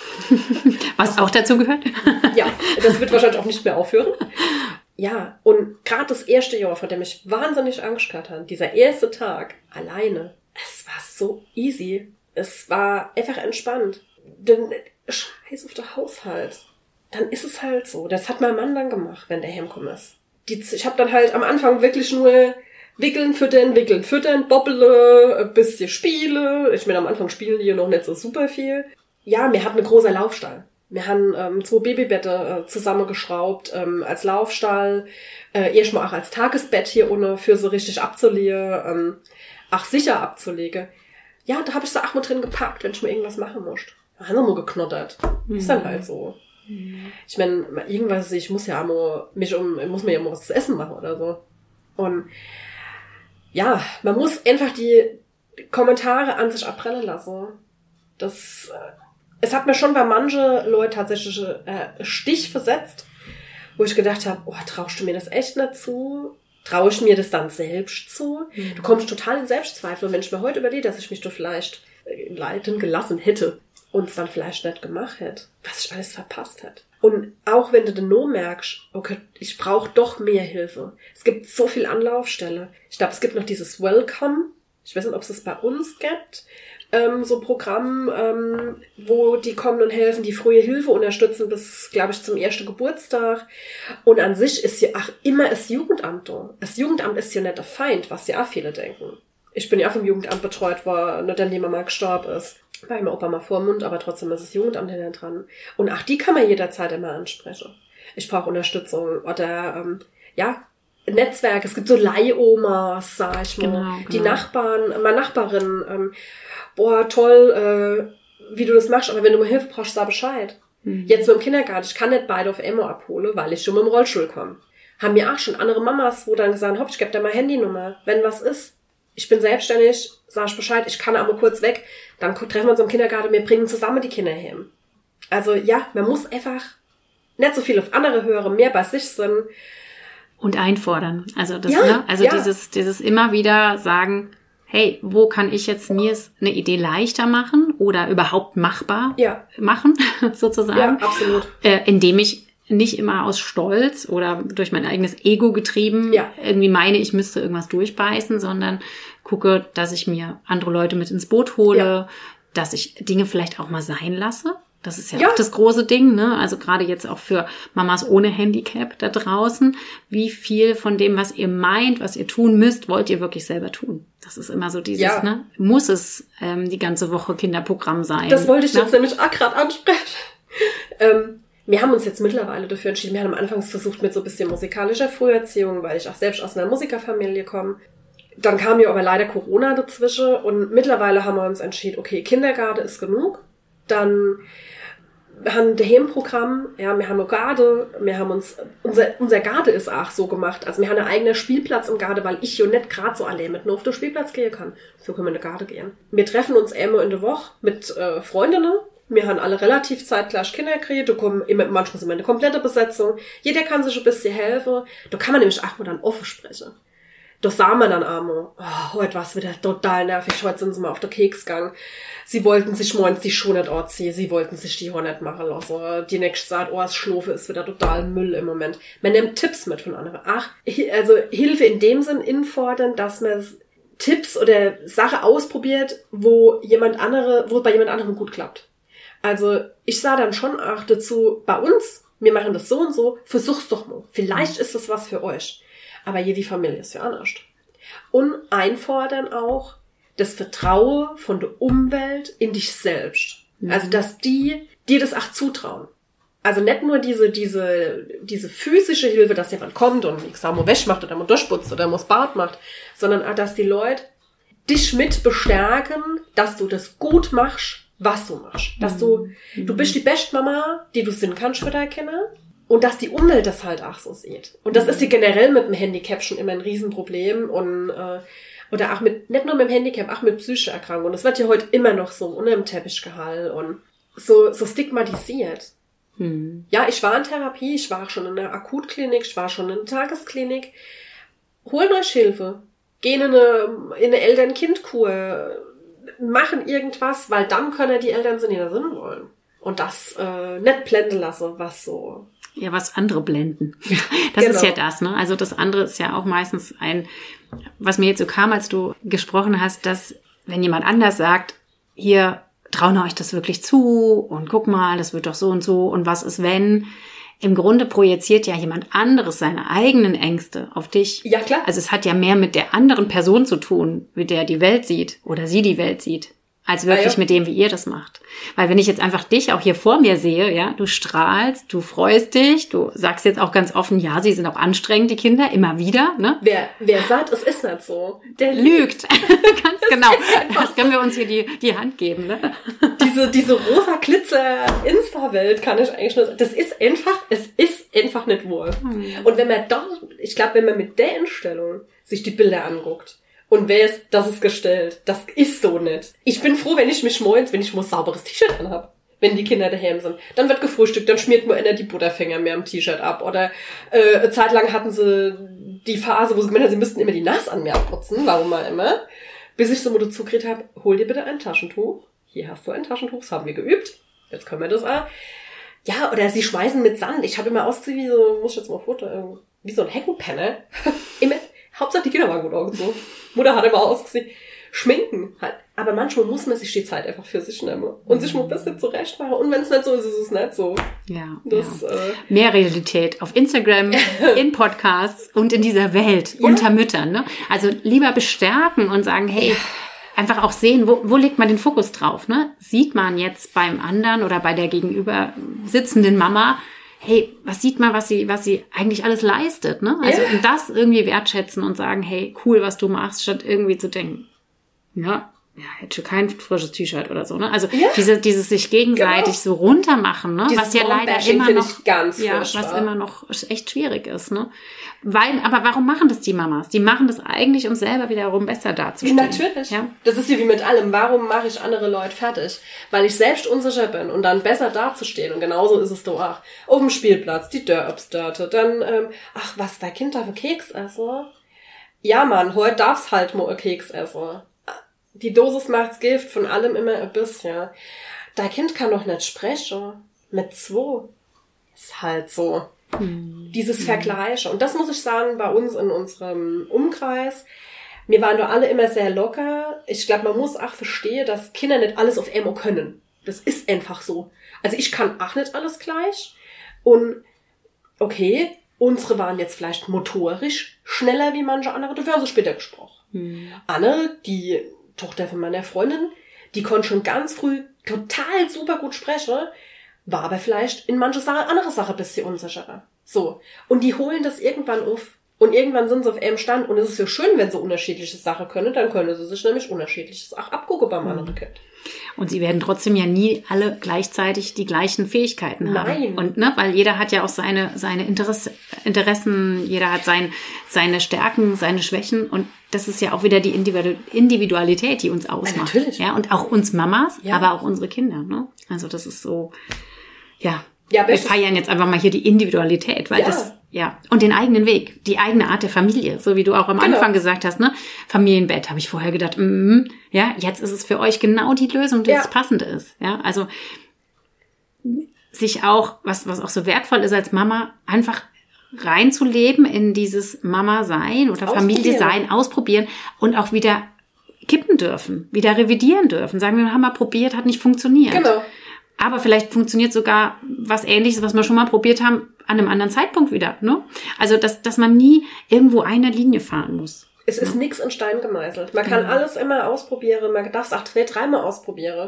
Was auch dazu gehört? Ja, das wird wahrscheinlich auch nicht mehr aufhören. Ja, und gerade das erste Jahr, von dem ich wahnsinnig Angst gehabt habe, dieser erste Tag alleine, es war so easy. Es war einfach entspannt. Denn scheiß auf den Haushalt. Dann ist es halt so. Das hat mein Mann dann gemacht, wenn der heimkommt ist. Die, ich habe dann halt am Anfang wirklich nur wickeln, füttern, wickeln, füttern, bobbele, ein bisschen spiele. Ich meine, am Anfang spielen die ja noch nicht so super viel. Ja, wir hatten einen großen Laufstall. Wir haben ähm, zwei Babybette äh, zusammengeschraubt ähm, als Laufstall. Äh, erstmal auch als Tagesbett hier ohne für so richtig abzulegen. Ähm, auch sicher abzulegen. Ja, da habe ich so auch mal drin gepackt, wenn ich mir irgendwas machen musste. Da haben sie mal geknottert. Mhm. Ist dann halt so. Ich meine, irgendwas, ich muss ja mal, mich um, ich muss mir ja mal was zu essen machen oder so. Und ja, man muss einfach die Kommentare an sich abprallen lassen. Das, es hat mir schon bei manchen Leuten tatsächlich äh, Stich versetzt, wo ich gedacht habe, oh, traust du mir das echt nicht zu? Traue ich mir das dann selbst zu? Mhm. Du kommst total in Selbstzweifel. Und wenn ich mir heute überlege, dass ich mich doch vielleicht leiten gelassen hätte und es dann vielleicht nicht gemacht hätte, was ich alles verpasst hätte. Und auch wenn du dann nur merkst, okay, ich brauche doch mehr Hilfe. Es gibt so viel Anlaufstelle. Ich glaube, es gibt noch dieses Welcome. Ich weiß nicht, ob es das bei uns gibt. Ähm, so Programm, ähm, wo die kommen und helfen, die frühe Hilfe unterstützen bis, glaube ich, zum ersten Geburtstag. Und an sich ist ja auch immer das Jugendamt da. Das Jugendamt ist ja nicht der Feind, was ja auch viele denken. Ich bin ja auch vom Jugendamt betreut worden, nachdem die Mama gestorben ist. War immer Opa mal Vormund, aber trotzdem ist das Jugendamt hinter dran. Und auch die kann man jederzeit immer ansprechen. Ich brauche Unterstützung oder, ähm, ja, Netzwerk. Es gibt so Leihomas, sag ich mal. Genau, genau. Die Nachbarn, meine Nachbarin, ähm, boah, toll, äh, wie du das machst, aber wenn du mal Hilfe brauchst, sag Bescheid. Mhm. Jetzt mit dem Kindergarten, ich kann nicht beide auf einmal abholen, weil ich schon mit dem Rollstuhl komme. Haben mir auch schon andere Mamas, wo dann gesagt, hopp, ich geb dir mal Handynummer, wenn was ist. Ich bin selbstständig, sag ich Bescheid, ich kann aber kurz weg, dann treffen wir uns im Kindergarten, wir bringen zusammen die Kinder hin. Also ja, man muss einfach nicht so viel auf andere hören, mehr bei sich sind. Und einfordern. Also das, ja, ne? Also ja. dieses, dieses immer wieder sagen, hey, wo kann ich jetzt mir eine Idee leichter machen oder überhaupt machbar ja. machen, sozusagen. Ja, absolut. Äh, indem ich nicht immer aus Stolz oder durch mein eigenes Ego getrieben ja. irgendwie meine, ich müsste irgendwas durchbeißen, sondern gucke, dass ich mir andere Leute mit ins Boot hole, ja. dass ich Dinge vielleicht auch mal sein lasse. Das ist ja, ja auch das große Ding, ne? Also gerade jetzt auch für Mamas ohne Handicap da draußen. Wie viel von dem, was ihr meint, was ihr tun müsst, wollt ihr wirklich selber tun? Das ist immer so dieses, ja. ne? Muss es ähm, die ganze Woche Kinderprogramm sein? Das wollte ich ne? jetzt nämlich auch gerade ansprechen. ähm, wir haben uns jetzt mittlerweile dafür entschieden, wir haben am Anfang versucht mit so ein bisschen musikalischer Früherziehung, weil ich auch selbst aus einer Musikerfamilie komme. Dann kam ja aber leider Corona dazwischen und mittlerweile haben wir uns entschieden, okay, Kindergarten ist genug. Dann haben ein Daheim-Programm, ja, wir haben eine Garde, wir haben uns, unser, unser Garde ist auch so gemacht, also wir haben einen eigenen Spielplatz im Garde, weil ich ja nicht gerade so allein mit nur auf den Spielplatz gehen kann. So können wir in die Garde gehen. Wir treffen uns einmal in der Woche mit äh, Freundinnen, wir haben alle relativ zeitgleich Kinder gekriegt, da kommen immer, manchmal sind wir eine komplette Besetzung, jeder kann sich ein bisschen helfen, da kann man nämlich auch mal dann offen sprechen. Das sah man dann einmal, oh, heute war es wieder total nervig, heute sind sie mal auf der Keks gegangen. Sie wollten sich morgens die Schuhe nicht anziehen, sie wollten sich die Haare nicht machen lassen. Die nächste sagt, oh, das Schlafe ist wieder total Müll im Moment. Man nimmt Tipps mit von anderen. Ach, also Hilfe in dem Sinn infordern, dass man Tipps oder Sachen ausprobiert, wo jemand andere, wo bei jemand anderem gut klappt. Also ich sah dann schon auch dazu, bei uns, wir machen das so und so, versuch's doch mal. Vielleicht ist das was für euch. Aber jede Familie ist ja anders. Und einfordern auch das Vertrauen von der Umwelt in dich selbst. Mhm. Also, dass die dir das auch zutrauen. Also nicht nur diese, diese, diese physische Hilfe, dass jemand kommt und ich sag mal Wäsche macht oder mal durchputzt oder mal das Bad macht, sondern auch, dass die Leute dich mit bestärken, dass du das gut machst, was du machst. Dass du, mhm. du bist die beste Mama, die du sein kannst für deine Kinder. Und dass die Umwelt das halt auch so sieht. Und das ist ja generell mit dem Handicap schon immer ein Riesenproblem. Und äh, oder auch mit, nicht nur mit dem Handicap, auch mit psychischer Erkrankung. Das wird ja heute immer noch so unter dem Teppich gehalten und so, so stigmatisiert. Hm. Ja, ich war in Therapie, ich war schon in einer Akutklinik, ich war schon in einer Tagesklinik. Holen euch Hilfe. Gehen in eine, in eine Eltern-Kind-Kur. Machen irgendwas, weil dann können die Eltern sind, die da sind wollen. Und das äh, nicht blenden lassen, was so... Ja, was andere blenden. Das genau. ist ja das, ne? Also das andere ist ja auch meistens ein, was mir jetzt so kam, als du gesprochen hast, dass wenn jemand anders sagt, hier, trauen euch das wirklich zu und guck mal, das wird doch so und so und was ist wenn? Im Grunde projiziert ja jemand anderes seine eigenen Ängste auf dich. Ja, klar. Also es hat ja mehr mit der anderen Person zu tun, wie der die Welt sieht oder sie die Welt sieht. Als wirklich ah, ja. mit dem, wie ihr das macht. Weil wenn ich jetzt einfach dich auch hier vor mir sehe, ja, du strahlst, du freust dich, du sagst jetzt auch ganz offen, ja, sie sind auch anstrengend, die Kinder, immer wieder, ne? Wer, wer sagt, es ist nicht so, der lügt. Ganz genau. Das können wir uns hier die, die Hand geben, ne? Diese, diese rosa Glitzer-Insta-Welt kann ich eigentlich nur sagen. Das ist einfach, es ist einfach nicht wohl. Hm. Und wenn man doch, ich glaube, wenn man mit der Einstellung sich die Bilder anguckt, und wer ist, das ist gestellt. Das ist so nicht. Ich bin froh, wenn ich mich morgens, wenn ich mal ein sauberes T-Shirt anhab. wenn die Kinder daheim sind. Dann wird gefrühstückt, dann schmiert nur einer die Butterfinger mehr am T-Shirt ab. Oder äh, eine Zeit lang hatten sie die Phase, wo sie gemeint haben, sie müssten immer die Nase an mir abputzen, warum mal immer. Bis ich so Mutter zugeredet habe, hol dir bitte ein Taschentuch. Hier hast du ein Taschentuch, das haben wir geübt. Jetzt können wir das auch. Ja, oder sie schmeißen mit Sand. Ich habe immer ausgesehen wie so, muss ich jetzt mal Foto, wie so ein Heckenpenner. Immer, Hauptsache die Kinder waren gut angezogen. Mutter hat immer ausgesehen. Schminken halt. Aber manchmal muss man sich die Zeit einfach für sich nehmen. Und sich mal ein bisschen zurecht machen. Und wenn es nicht so ist, ist es nicht so. Ja. Das, ja. Äh, Mehr Realität auf Instagram, in Podcasts und in dieser Welt Ja. unter Müttern. Ne? Also lieber bestärken und sagen, hey, Ja. einfach auch sehen, wo, wo legt man den Fokus drauf? Ne? Sieht man jetzt beim anderen oder bei der gegenüber sitzenden Mama, hey, was sieht man, was sie, was sie eigentlich alles leistet? Ne? Also Ja. und das irgendwie wertschätzen und sagen, hey, cool, was du machst, statt irgendwie zu denken, ja, ja, hätte schon kein frisches T-Shirt oder so, ne? Also Ja. diese, dieses sich gegenseitig Genau. so runtermachen, ne? Dieses Was ja leider Mom-Bashing immer finde noch, ich ganz ja, furchtbar. was immer noch echt schwierig ist, ne? Weil, aber warum machen das die Mamas? Die machen das eigentlich, um selber wiederum besser dazustehen. Natürlich. Ja. Das ist ja wie mit allem. Warum mache ich andere Leute fertig? Weil ich selbst unsicher bin und dann besser dazustehen. Und genauso ist es doch auch. Auf dem Spielplatz, die Tür abstartet. Dann, ähm, ach was, dein Kind darf einen Keks essen? Ja, Mann, heute darf's halt mal einen Keks essen. Die Dosis macht's Gift, von allem immer ein bisschen. Dein Kind kann doch nicht sprechen. Mit zwei. Ist halt so. Hm. Dieses Vergleichen. Und das muss ich sagen, bei uns in unserem Umkreis, wir waren doch alle immer sehr locker. Ich glaube, man muss auch verstehen, dass Kinder nicht alles auf einmal können. Das ist einfach so. Also ich kann auch nicht alles gleich. Und okay, unsere waren jetzt vielleicht motorisch schneller wie manche andere, dafür haben sie später gesprochen. Hm. Anne, die Tochter von meiner Freundin, die konnte schon ganz früh total super gut sprechen, war aber vielleicht in manche Sache, andere Sache ein bisschen unsicherer. So. Und die holen das irgendwann auf. Und irgendwann sind sie auf einem Stand. Und es ist ja schön, wenn sie unterschiedliche Sachen können, dann können sie sich nämlich unterschiedliches auch abgucken beim anderen Kind. Und sie werden trotzdem ja nie alle gleichzeitig die gleichen Fähigkeiten haben. Nein. Und, ne, weil jeder hat ja auch seine, seine Interesse, Interessen, jeder hat sein, seine Stärken, seine Schwächen. Und das ist ja auch wieder die Individu- Individualität, die uns ausmacht. Ja, natürlich. Ja, und auch uns Mamas, Ja. aber auch unsere Kinder, ne? Also das ist so, ja. Ja, Wir bestes- feiern jetzt einfach mal hier die Individualität, weil Ja. das, ja, und den eigenen Weg, die eigene Art der Familie, so wie du auch am Genau. Anfang gesagt hast, ne? Familienbett, habe ich vorher gedacht, mm, ja, jetzt ist es für euch genau die Lösung, die Ja. das Passende ist, ja, also sich auch, was, was auch so wertvoll ist als Mama, einfach reinzuleben in dieses Mama-Sein oder Familie-Sein, ausprobieren und auch wieder kippen dürfen, wieder revidieren dürfen, sagen wir, haben wir probiert, hat nicht funktioniert. Genau. Aber vielleicht funktioniert sogar was Ähnliches, was wir schon mal probiert haben, an einem anderen Zeitpunkt wieder. Ne? Also, dass, dass man nie irgendwo eine Linie fahren muss. Es ist nichts in Stein gemeißelt. Man kann alles immer ausprobieren. Man darf es auch zwei, dreimal ausprobieren.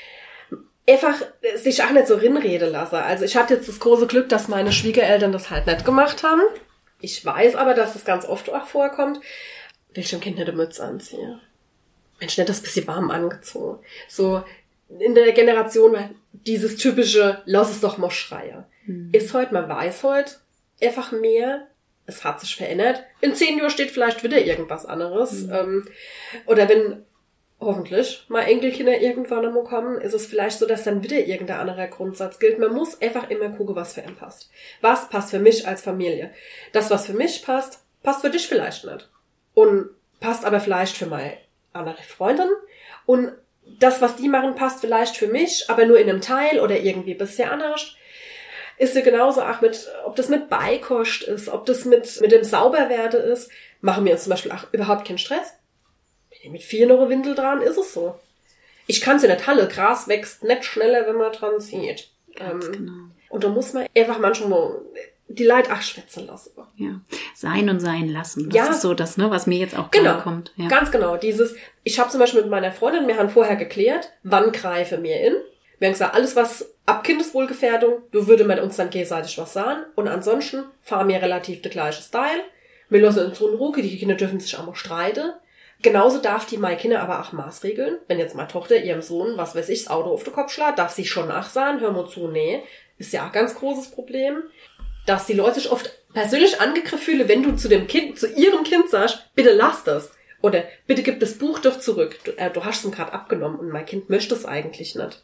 Einfach sich auch nicht so rinreden lassen. Also ich hatte jetzt das große Glück, dass meine Schwiegereltern das halt nicht gemacht haben. Ich weiß aber, dass das ganz oft auch vorkommt. Will ich dem Kind nicht eine Mütze anziehen? Mensch, nicht das bisschen warm angezogen. So in der Generation dieses typische, lass es doch mal schreien. Hm. Ist heute, man weiß heute einfach mehr. Es hat sich verändert. In zehn Jahren steht vielleicht wieder irgendwas anderes. Mhm. Ähm, oder wenn hoffentlich mal Enkelkinder irgendwann einmal kommen, ist es vielleicht so, dass dann wieder irgendein anderer Grundsatz gilt. Man muss einfach immer gucken, was für einen passt. Was passt für mich als Familie? Das, was für mich passt, passt für dich vielleicht nicht. Und passt aber vielleicht für meine andere Freundin. Und das, was die machen, passt vielleicht für mich, aber nur in einem Teil oder irgendwie bisher anders. Ist ja genauso auch mit, ob das mit Beikost ist, ob das mit, mit dem Sauberwerde ist, machen wir uns zum Beispiel auch überhaupt keinen Stress. Mit vier noch eine Windel dran ist es so. Ich kann es in der Halle, Gras wächst nicht schneller, wenn man dran zieht. Ganz ähm, genau. Und da muss man einfach manchmal die Leute auch schwätzen lassen. Ja, sein und sein lassen. Das ja. ist so das, ne, was mir jetzt auch genau. klar kommt. Ja. Ganz genau. Dieses, ich habe zum Beispiel mit meiner Freundin, wir haben vorher geklärt, wann greife mir in. Wir haben gesagt, alles was ab Kindeswohlgefährdung, du würde man uns dann gegenseitig was sagen. Und ansonsten fahren wir relativ der gleiche Style. Wir lassen uns in Ruhe, die Kinder dürfen sich auch mal streiten. Genauso darf die meine Kinder aber auch maßregeln. Wenn jetzt meine Tochter ihrem Sohn, was weiß ich, das Auto auf den Kopf schlägt, darf sie schon nachsagen, hör mal zu, nee. Ist ja auch ein ganz großes Problem. Dass die Leute sich oft persönlich angegriffen fühlen, wenn du zu dem Kind, zu ihrem Kind sagst, bitte lass das. Oder bitte gib das Buch doch zurück. Du, äh, du hast es ihm gerade abgenommen und mein Kind möchte es eigentlich nicht.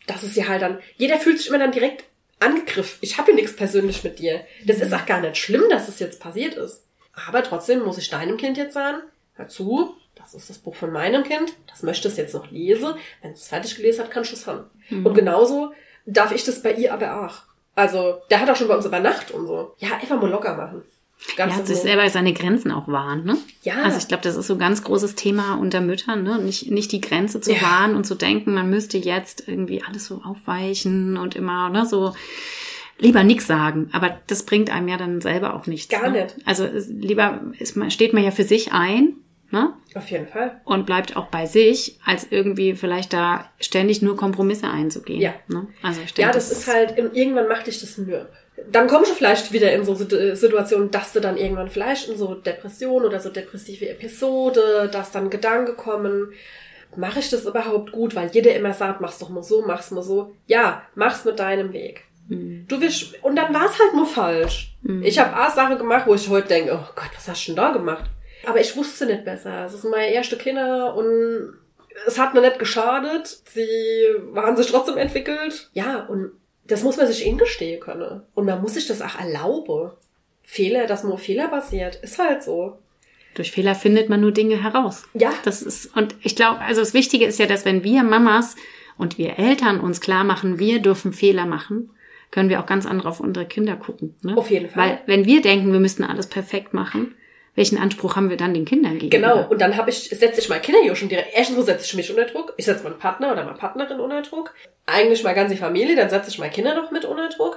das ist ja halt dann, jeder fühlt sich immer dann direkt angegriffen. Ich habe ja nichts persönlich mit dir. Das ist auch gar nicht schlimm, dass es jetzt passiert ist. Aber trotzdem muss ich deinem Kind jetzt sagen, hör zu, das ist das Buch von meinem Kind, das möchte es jetzt noch lesen. Wenn es fertig gelesen hat, kann ich es haben. Mhm. Und genauso darf ich das bei ihr aber auch. Also, der hat auch schon bei uns übernachtet und so. Ja, einfach mal locker machen. Ganz ja, sich selber seine Grenzen auch wahren, ne? Ja. Also ich glaube, das ist so ein ganz großes Thema unter Müttern, ne? Nicht, nicht die Grenze zu ja. wahren und zu denken, man müsste jetzt irgendwie alles so aufweichen und immer, ne, so lieber nichts sagen. Aber das bringt einem ja dann selber auch nichts. Gar ne? nicht. Also es, lieber ist man, steht man ja für sich ein, ne? Auf jeden Fall. Und bleibt auch bei sich, als irgendwie vielleicht da ständig nur Kompromisse einzugehen. Ja. Ne? Also ich denke, ja, das, das ist halt, irgendwann macht dich das müde. Dann kommst du vielleicht wieder in so Situationen, dass du dann irgendwann vielleicht in so Depression oder so depressive Episode, dass dann Gedanken kommen, mache ich das überhaupt gut? Weil jeder immer sagt, mach's doch mal so, mach's mal so. Ja, mach's mit deinem Weg. Mhm. Du willst, und dann war's halt nur falsch. Mhm. Ich habe auch Sachen gemacht, wo ich heute denke, oh Gott, was hast du denn da gemacht? Aber ich wusste nicht besser. Es ist meine erste Kinder und es hat mir nicht geschadet. Sie waren sich trotzdem entwickelt. Ja, und das muss man sich eingestehen können. Und man muss sich das auch erlauben. Fehler, dass nur Fehler passiert, ist halt so. Durch Fehler findet man nur Dinge heraus. Ja. Das ist, und ich glaube, also das Wichtige ist ja, dass wenn wir Mamas und wir Eltern uns klar machen, wir dürfen Fehler machen, können wir auch ganz andere auf unsere Kinder gucken. Ne? Auf jeden Fall. Weil wenn wir denken, wir müssten alles perfekt machen, welchen Anspruch haben wir dann den Kindern gegenüber? Genau, und dann habe ich, setze ich meine Kinder hier schon direkt, erstens so setze ich mich unter Druck, ich setze meinen Partner oder meine Partnerin unter Druck, eigentlich meine ganze Familie, dann setze ich meine Kinder noch mit unter Druck.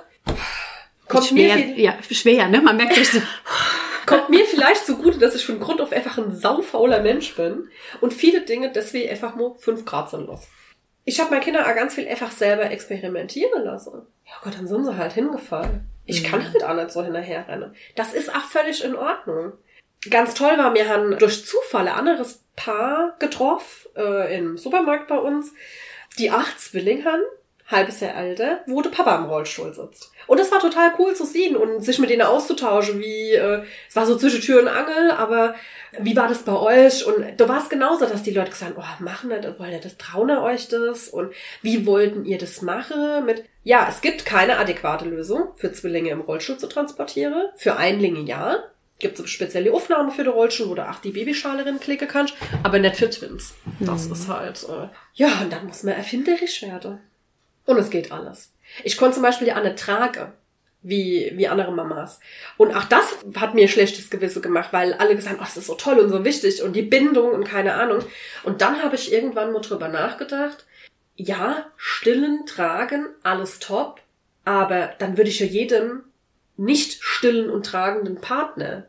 Kommt schwer, mir viel, ja, schwer, ne? Man merkt sich so. Kommt mir vielleicht zugute, dass ich von Grund auf einfach ein saufauler Mensch bin und viele Dinge deswegen einfach nur fünf Grad sind los. Ich habe meine Kinder auch ganz viel einfach selber experimentieren lassen. Ja Gott, dann sind sie halt hingefallen. Ich mhm. kann halt auch nicht so hinterherrennen. Das ist auch völlig in Ordnung. Ganz toll war, wir haben durch Zufall ein anderes Paar getroffen, äh, im Supermarkt bei uns, die acht Zwillinge haben, halbes Jahr älter, wo der Papa im Rollstuhl sitzt. Und das war total cool zu sehen und sich mit denen auszutauschen, wie, äh, es war so zwischen Tür und Angel, aber wie war das bei euch? Und da war es genauso, dass die Leute gesagt haben, oh, machen das, wollt ihr das, trauen ihr euch das? Und wie wollten ihr das machen? Mit, ja, es gibt keine adäquate Lösung für Zwillinge im Rollstuhl zu transportieren, für Einlinge ja. Gibt es spezielle Aufnahmen für den Rollstuhl, wo du auch die Babyschale klicken kannst, aber nicht für Twins. Das mhm. ist halt, äh, ja, und dann muss man erfinderisch werden. Und es geht alles. Ich konnte zum Beispiel ja auch nicht tragen, wie, wie andere Mamas. Und auch das hat mir schlechtes Gewissen gemacht, weil alle gesagt haben, oh, das ist so toll und so wichtig und die Bindung und keine Ahnung. Und dann habe ich irgendwann mal drüber nachgedacht, ja, stillen, tragen, alles top, aber dann würde ich ja jedem nicht stillen und tragenden Partner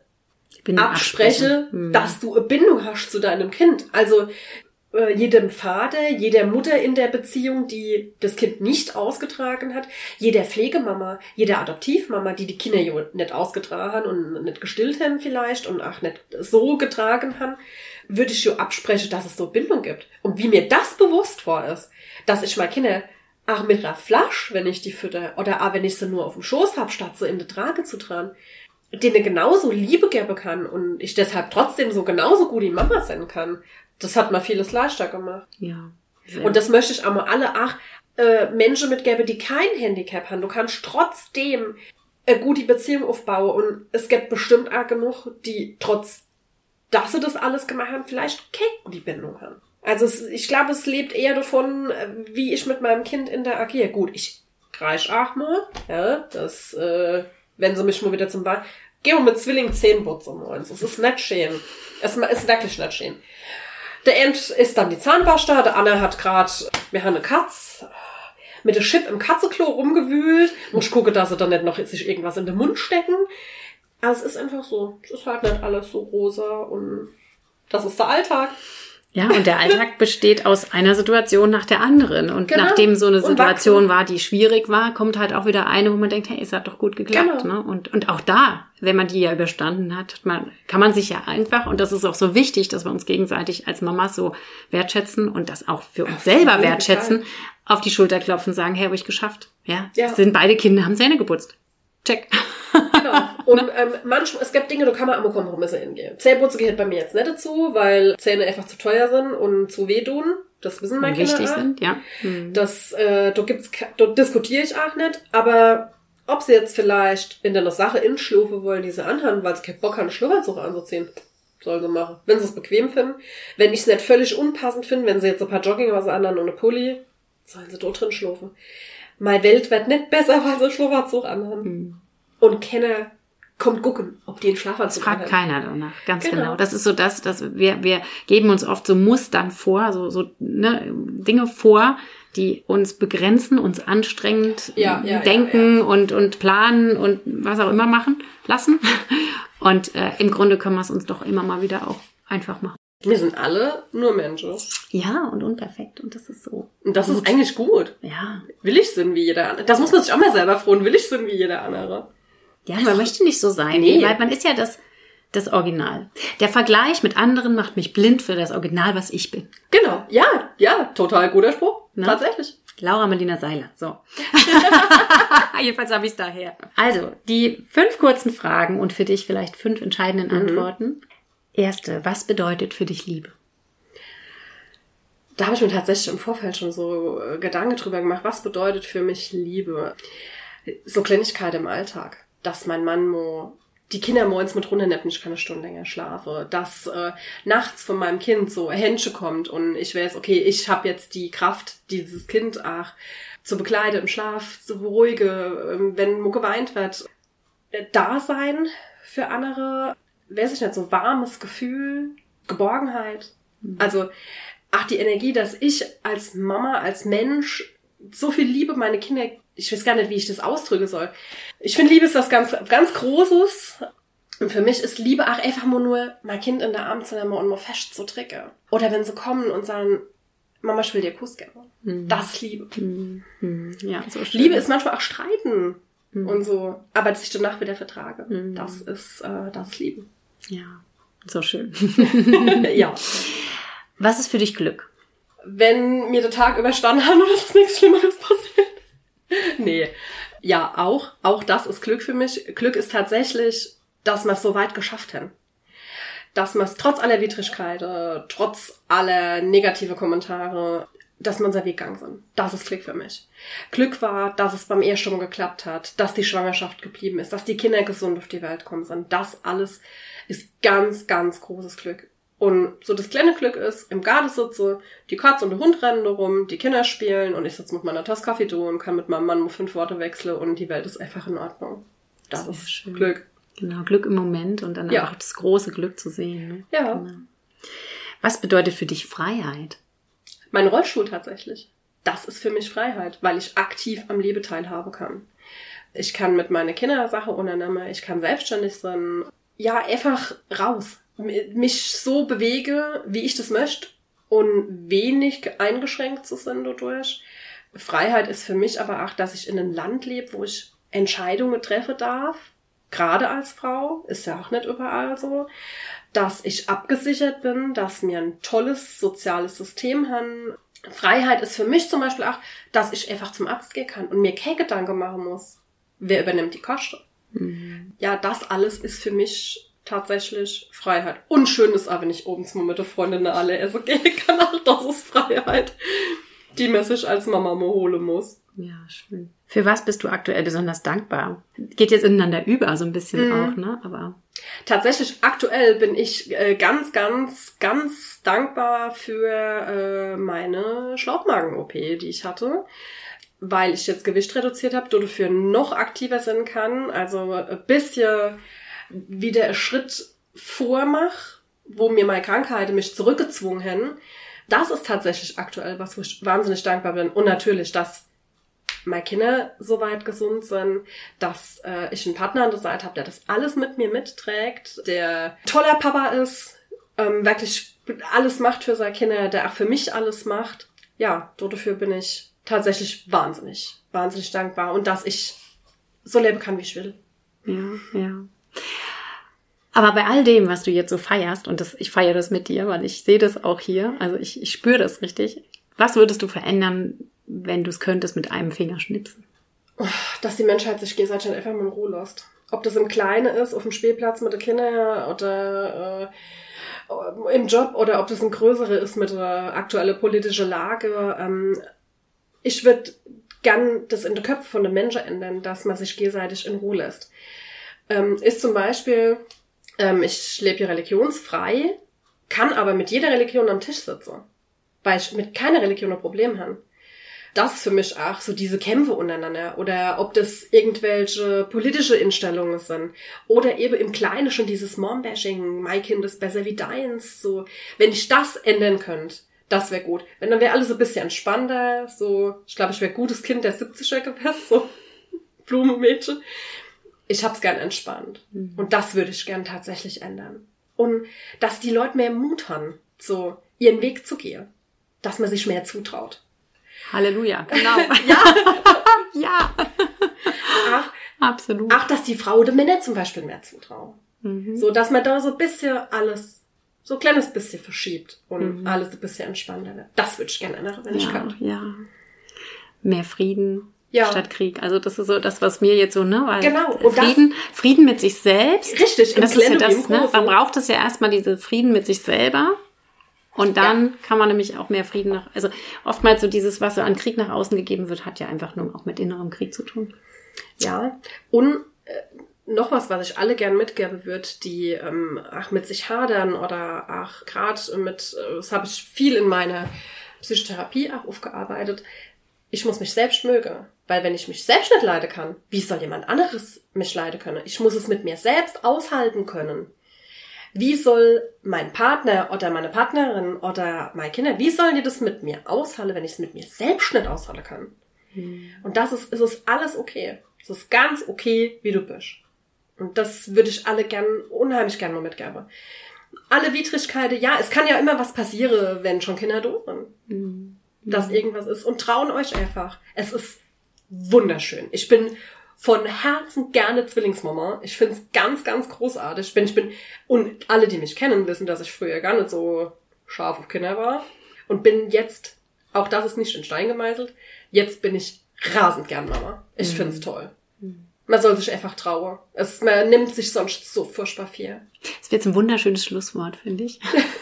abspreche, hm. dass du eine Bindung hast zu deinem Kind. Also äh, jedem Vater, jeder Mutter in der Beziehung, die das Kind nicht ausgetragen hat, jeder Pflegemama, jeder Adoptivmama, die die Kinder ja nicht ausgetragen haben und nicht gestillt haben vielleicht und auch nicht so getragen haben, würde ich ja absprechen, dass es so Bindung gibt. Und wie mir das bewusst war ist, dass ich meine Kinder auch mit einer Flasche, wenn ich die fütter, oder auch wenn ich sie nur auf dem Schoß hab, statt sie in die Trage zu tragen, denen genauso Liebe geben kann und ich deshalb trotzdem so genauso gut die Mama sein kann. Das hat mir vieles leichter gemacht. Ja. Und das möchte ich auch mal alle ach, äh, Menschen mitgeben, die kein Handicap haben. Du kannst trotzdem eine gute Beziehung aufbauen und es gibt bestimmt auch genug, die trotz, dass sie das alles gemacht haben, vielleicht keine die Bindung haben. Also es, ich glaube, es lebt eher davon, wie ich mit meinem Kind interagiere. Gut, ich kreisch auch mal, ja, das, äh, wenn sie mich mal wieder zum Ball, geh mal mit Zwilling Zähneputz um uns. Es ist nicht schön. Es ist wirklich nicht schön. Der End ist dann die Zahnpasta, der Anna hat gerade, wir haben eine Katz, mit der Chip im Katzenklo rumgewühlt. Muss ich gucken, dass sie dann nicht noch sich irgendwas in den Mund stecken. Aber es ist einfach so. Es ist halt nicht alles so rosa und das ist der Alltag. Ja, und der Alltag besteht aus einer Situation nach der anderen. Und genau. Nachdem so eine Situation war, die schwierig war, kommt halt auch wieder eine, wo man denkt, hey, es hat doch gut geklappt. Genau. Ne? Und, und auch da, wenn man die ja überstanden hat, man, kann man sich ja einfach, und das ist auch so wichtig, dass wir uns gegenseitig als Mamas so wertschätzen und das auch für uns auf selber wertschätzen, Fall. Auf die Schulter klopfen, sagen, hey, habe ich geschafft. Ja, ja. Sind beide Kinder, haben Zähne geputzt. Check. Genau. Und ähm, manchmal, es gibt Dinge, da kann man immer Kompromisse hingehen. Zähneputzen gehört bei mir jetzt nicht dazu, weil Zähne einfach zu teuer sind und zu wehtun. Das wissen meine Kinder wichtig auch. sind, ja. Mhm. Das, äh, da gibt's, da diskutiere ich auch nicht, aber ob sie jetzt vielleicht in der Sache in Schlafe wollen, diese anhaben, weil sie keinen Bock haben, einen Schlafanzug anzuziehen, sollen sie machen. Wenn sie es bequem finden. Wenn ich es nicht völlig unpassend finde, wenn sie jetzt ein paar Jogginghosen anhaben und eine Pulli, sollen sie dort drin schlafen. Meine Welt wird nicht besser, weil sie einen Schlafanzug anhaben. Mhm. Und keiner kommt gucken, ob die einen Schlafanzug fragt anhaben. Keiner danach, ganz genau. genau. Das ist so das, dass wir, wir geben uns oft so Mustern vor, so, so ne, Dinge vor, die uns begrenzen, uns anstrengend ja, ja, denken ja, ja. Und, und planen und was auch immer machen lassen. Und äh, im Grunde können wir es uns doch immer mal wieder auch einfach machen. Wir sind alle nur Menschen. Ja, und unperfekt. Und das ist so. Und das gut. ist eigentlich gut. Ja. Will ich sein wie jeder andere. Das muss man sich auch mal selber fragen. Will ich sein wie jeder andere? Ja, man also, möchte nicht so sein. Nee. Weil man ist ja das, das Original. Der Vergleich mit anderen macht mich blind für das Original, was ich bin. Genau. Ja, ja. Total guter Spruch. Na? Tatsächlich. Laura Marlina Seiler. So. Jedenfalls habe ich es daher. Also, die fünf kurzen Fragen und für dich vielleicht fünf entscheidenden mhm. Antworten. Erste, was bedeutet für dich Liebe? Da habe ich mir tatsächlich im Vorfeld schon so Gedanken drüber gemacht. Was bedeutet für mich Liebe? So Kleinigkeit im Alltag. Dass mein Mann mo die Kinder morgens mit runterneppen, ich kann eine Stunde länger schlafe. Dass äh, nachts von meinem Kind so ein Händchen kommt und ich weiß, okay, ich habe jetzt die Kraft, dieses Kind ach, zu begleiten im Schlaf, zu beruhigen, wenn mo geweint wird. Dasein für andere, weiß ich nicht, so warmes Gefühl, Geborgenheit. Mhm. Also, ach, die Energie, dass ich als Mama, als Mensch so viel Liebe meine Kinder, ich weiß gar nicht, wie ich das ausdrücken soll. Ich finde, Liebe ist was ganz, ganz Großes. Und für mich ist Liebe auch einfach nur, mein Kind in der Arm zu nehmen und mal fest zu drücken. Oder wenn sie kommen und sagen, Mama, ich will dir Kuss geben. Mhm. Das ist Liebe. Mhm. Ja, so schön. Liebe ist manchmal auch Streiten mhm. und so, aber dass ich danach wieder vertrage. Mhm. Das ist, äh, das ist Liebe. Ja, so schön. Ja. Was ist für dich Glück? Wenn mir der Tag überstanden hat und es ist nichts Schlimmeres passiert. Nee. Ja, auch. Auch das ist Glück für mich. Glück ist tatsächlich, dass wir es so weit geschafft haben. Dass wir es trotz aller Widrigkeiten, trotz aller negative Kommentare, dass wir unser Weg gegangen sind. Das ist Glück für mich. Glück war, dass es beim Ehestumm geklappt hat, dass die Schwangerschaft geblieben ist, dass die Kinder gesund auf die Welt kommen sind. Das alles ist ganz, ganz großes Glück. Und so das kleine Glück ist, im Garten sitze, die Katze und der Hund rennen da rum, die Kinder spielen und ich sitze mit meiner Tasse Kaffee da und kann mit meinem Mann nur fünf Worte wechseln und die Welt ist einfach in Ordnung. Das Sehr ist schön. Glück. Genau, Glück im Moment und dann ja. auch das große Glück zu sehen. Ne? Ja. Genau. Was bedeutet für dich Freiheit? Mein Rollstuhl tatsächlich. Das ist für mich Freiheit, weil ich aktiv am Leben teilhaben kann. Ich kann mit meiner Kindersache unternehmen, ich kann selbstständig sein. Ja, einfach raus. Mich so bewege, wie ich das möchte und wenig eingeschränkt zu sein dadurch. Freiheit ist für mich aber auch, dass ich in einem Land lebe, wo ich Entscheidungen treffen darf, gerade als Frau, ist ja auch nicht überall so, dass ich abgesichert bin, dass wir ein tolles soziales System haben. Freiheit ist für mich zum Beispiel auch, dass ich einfach zum Arzt gehen kann und mir keine Gedanken machen muss, wer übernimmt die Kosten. Mhm. Ja, das alles ist für mich tatsächlich Freiheit. Und schön ist auch, wenn ich oben mal mit der Freundin alle essen gehen kann. Auch das ist Freiheit, die man sich als Mama mal holen muss. Ja, schön. Für was bist du aktuell besonders dankbar? Geht jetzt ineinander über, so ein bisschen mhm. auch, ne? Aber tatsächlich aktuell bin ich äh, ganz, ganz, ganz dankbar für äh, meine Schlauchmagen-O P, die ich hatte. Weil ich jetzt Gewicht reduziert habe, dafür noch aktiver sein kann. Also ein bisschen wieder einen Schritt vormach, wo mir meine Krankheiten mich zurückgezwungen haben. Das ist tatsächlich aktuell was, wo ich wahnsinnig dankbar bin. Und natürlich, dass meine Kinder so weit gesund sind, dass äh, ich einen Partner an der Seite habe, der das alles mit mir mitträgt, der toller Papa ist, ähm, wirklich alles macht für seine Kinder, der auch für mich alles macht. Ja, dafür bin ich tatsächlich wahnsinnig, wahnsinnig dankbar. Und dass ich so leben kann, wie ich will. Ja, ja. Aber bei all dem, was du jetzt so feierst, und das, ich feiere das mit dir, weil ich sehe das auch hier, also ich, ich spüre das richtig. Was würdest du verändern, wenn du es könntest mit einem Finger schnipsen? Dass die Menschheit sich gegenseitig einfach mal in Ruhe lässt. Ob das im Kleinen ist, auf dem Spielplatz mit den Kindern oder im Job oder ob das ein größere ist mit der aktuellen politischen Lage. Ähm, ich würde gern das in den Köpfen von den Menschen ändern, dass man sich gegenseitig in Ruhe lässt. Ähm, ist zum Beispiel, ähm, ich lebe hier religionsfrei, kann aber mit jeder Religion am Tisch sitzen, weil ich mit keiner Religion ein Problem habe. Das ist für mich auch so diese Kämpfe untereinander oder ob das irgendwelche politische Instellungen sind oder eben im Kleinen schon dieses Mom-Bashing, mein Kind ist besser wie deins, so. Wenn ich das ändern könnte, das wäre gut. Wenn dann wäre alles ein bisschen entspannter, so, ich glaube, ich wäre gutes Kind der siebziger gewesen, so Blumenmädchen. Ich hab's gern entspannt. Mhm. Und das würde ich gern tatsächlich ändern. Und dass die Leute mehr Mut haben, so ihren Weg zu gehen. Dass man sich mehr zutraut. Halleluja, genau. Ja. Ja. Ach, absolut. Ach, dass die Frau den Männern zum Beispiel mehr zutrauen. Mhm. So, dass man da so ein bisschen alles, so ein kleines bisschen verschiebt und mhm. alles ein bisschen entspannter wird. Das würde ich gerne ändern, wenn ja, ich könnte. Ja. Mehr Frieden. Ja. Statt Krieg. Also das ist so das, was mir jetzt so, ne? Weil genau. Und Frieden, das, Frieden mit sich selbst. Richtig. Und das ist ja das, ne? Man braucht es ja erstmal diese Frieden mit sich selber. Und dann ja. kann man nämlich auch mehr Frieden nach, also oftmals so dieses, was so an Krieg nach außen gegeben wird, hat ja einfach nur auch mit innerem Krieg zu tun. Ja. Und äh, noch was, was ich alle gern mitgeben würde, die ähm, ach mit sich hadern oder ach gerade mit, äh, das habe ich viel in meiner Psychotherapie auch aufgearbeitet. Ich muss mich selbst mögen. Weil wenn ich mich selbst nicht leiden kann, wie soll jemand anderes mich leiden können? Ich muss es mit mir selbst aushalten können. Wie soll mein Partner oder meine Partnerin oder meine Kinder, wie sollen die das mit mir aushalten, wenn ich es mit mir selbst nicht aushalten kann? Hm. Und das ist, es ist alles okay. Es ist ganz okay, wie du bist. Und das würde ich alle gern, unheimlich gern mal mitgeben. Alle Widrigkeiten, ja, es kann ja immer was passieren, wenn schon Kinder doof sind. Hm. Dass irgendwas ist. Und trauen euch einfach. Es ist wunderschön. Ich bin von Herzen gerne Zwillingsmama. Ich find's ganz, ganz großartig. Ich bin, ich bin, und alle, die mich kennen, wissen, dass ich früher gar nicht so scharf auf Kinder war. Und bin jetzt, auch das ist nicht in Stein gemeißelt, jetzt bin ich rasend gern Mama. Ich mhm. find's toll. Man soll sich einfach trauen. Es, man nimmt sich sonst so furchtbar viel. Das wird jetzt ein wunderschönes Schlusswort, finde ich.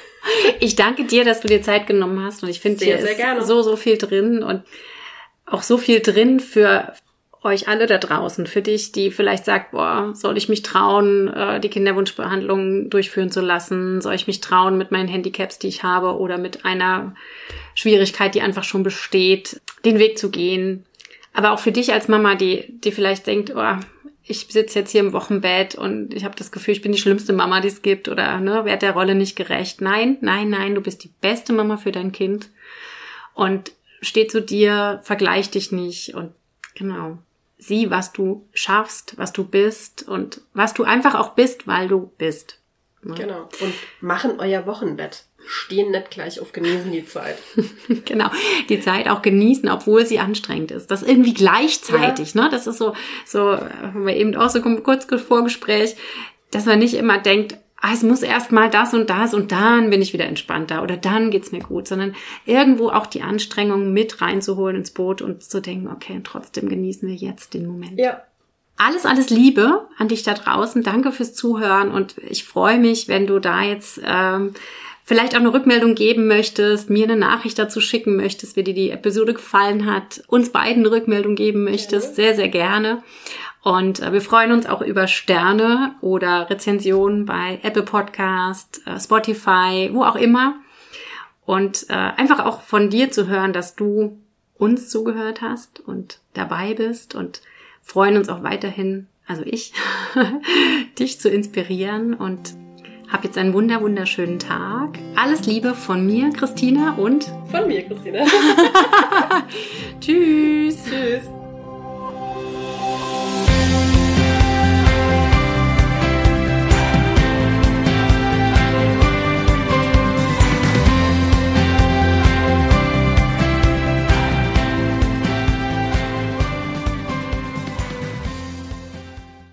Ich danke dir, dass du dir Zeit genommen hast. Und ich finde, hier ist gerne. so, so viel drin und auch so viel drin für euch alle da draußen, für dich, die vielleicht sagt, boah, soll ich mich trauen, die Kinderwunschbehandlung durchführen zu lassen? Soll ich mich trauen mit meinen Handicaps, die ich habe, oder mit einer Schwierigkeit, die einfach schon besteht, den Weg zu gehen? Aber auch für dich als Mama, die, die vielleicht denkt, oh, ich sitze jetzt hier im Wochenbett und ich habe das Gefühl, ich bin die schlimmste Mama, die es gibt, oder ne, werd der Rolle nicht gerecht. Nein, nein, nein, du bist die beste Mama für dein Kind. Und steh zu dir, vergleich dich nicht und genau. Sieh, was du schaffst, was du bist und was du einfach auch bist, weil du bist. Ja. Genau. Und machen euer Wochenbett. Stehen nicht gleich auf, genießen die Zeit. Genau. Die Zeit auch genießen, obwohl sie anstrengend ist. Das irgendwie gleichzeitig, ja. ne? Das ist so, so, haben wir eben auch so kurz vor Gespräch, dass man nicht immer denkt, ah, es muss erst mal das und das und dann bin ich wieder entspannter oder dann geht's mir gut, sondern irgendwo auch die Anstrengung mit reinzuholen ins Boot und zu denken, okay, trotzdem genießen wir jetzt den Moment. Ja. Alles, alles Liebe an dich da draußen. Danke fürs Zuhören und ich freue mich, wenn du da jetzt ähm, vielleicht auch eine Rückmeldung geben möchtest, mir eine Nachricht dazu schicken möchtest, wie dir die Episode gefallen hat, uns beiden eine Rückmeldung geben möchtest, ja. sehr, sehr gerne. Und äh, wir freuen uns auch über Sterne oder Rezensionen bei Apple Podcast, äh, Spotify, wo auch immer. Und äh, einfach auch von dir zu hören, dass du uns zugehört hast und dabei bist und freuen uns auch weiterhin, also ich, dich zu inspirieren und hab jetzt einen wunder, wunderschönen Tag. Alles Liebe von mir, Christina, und von mir, Christina. Tschüss. Tschüss.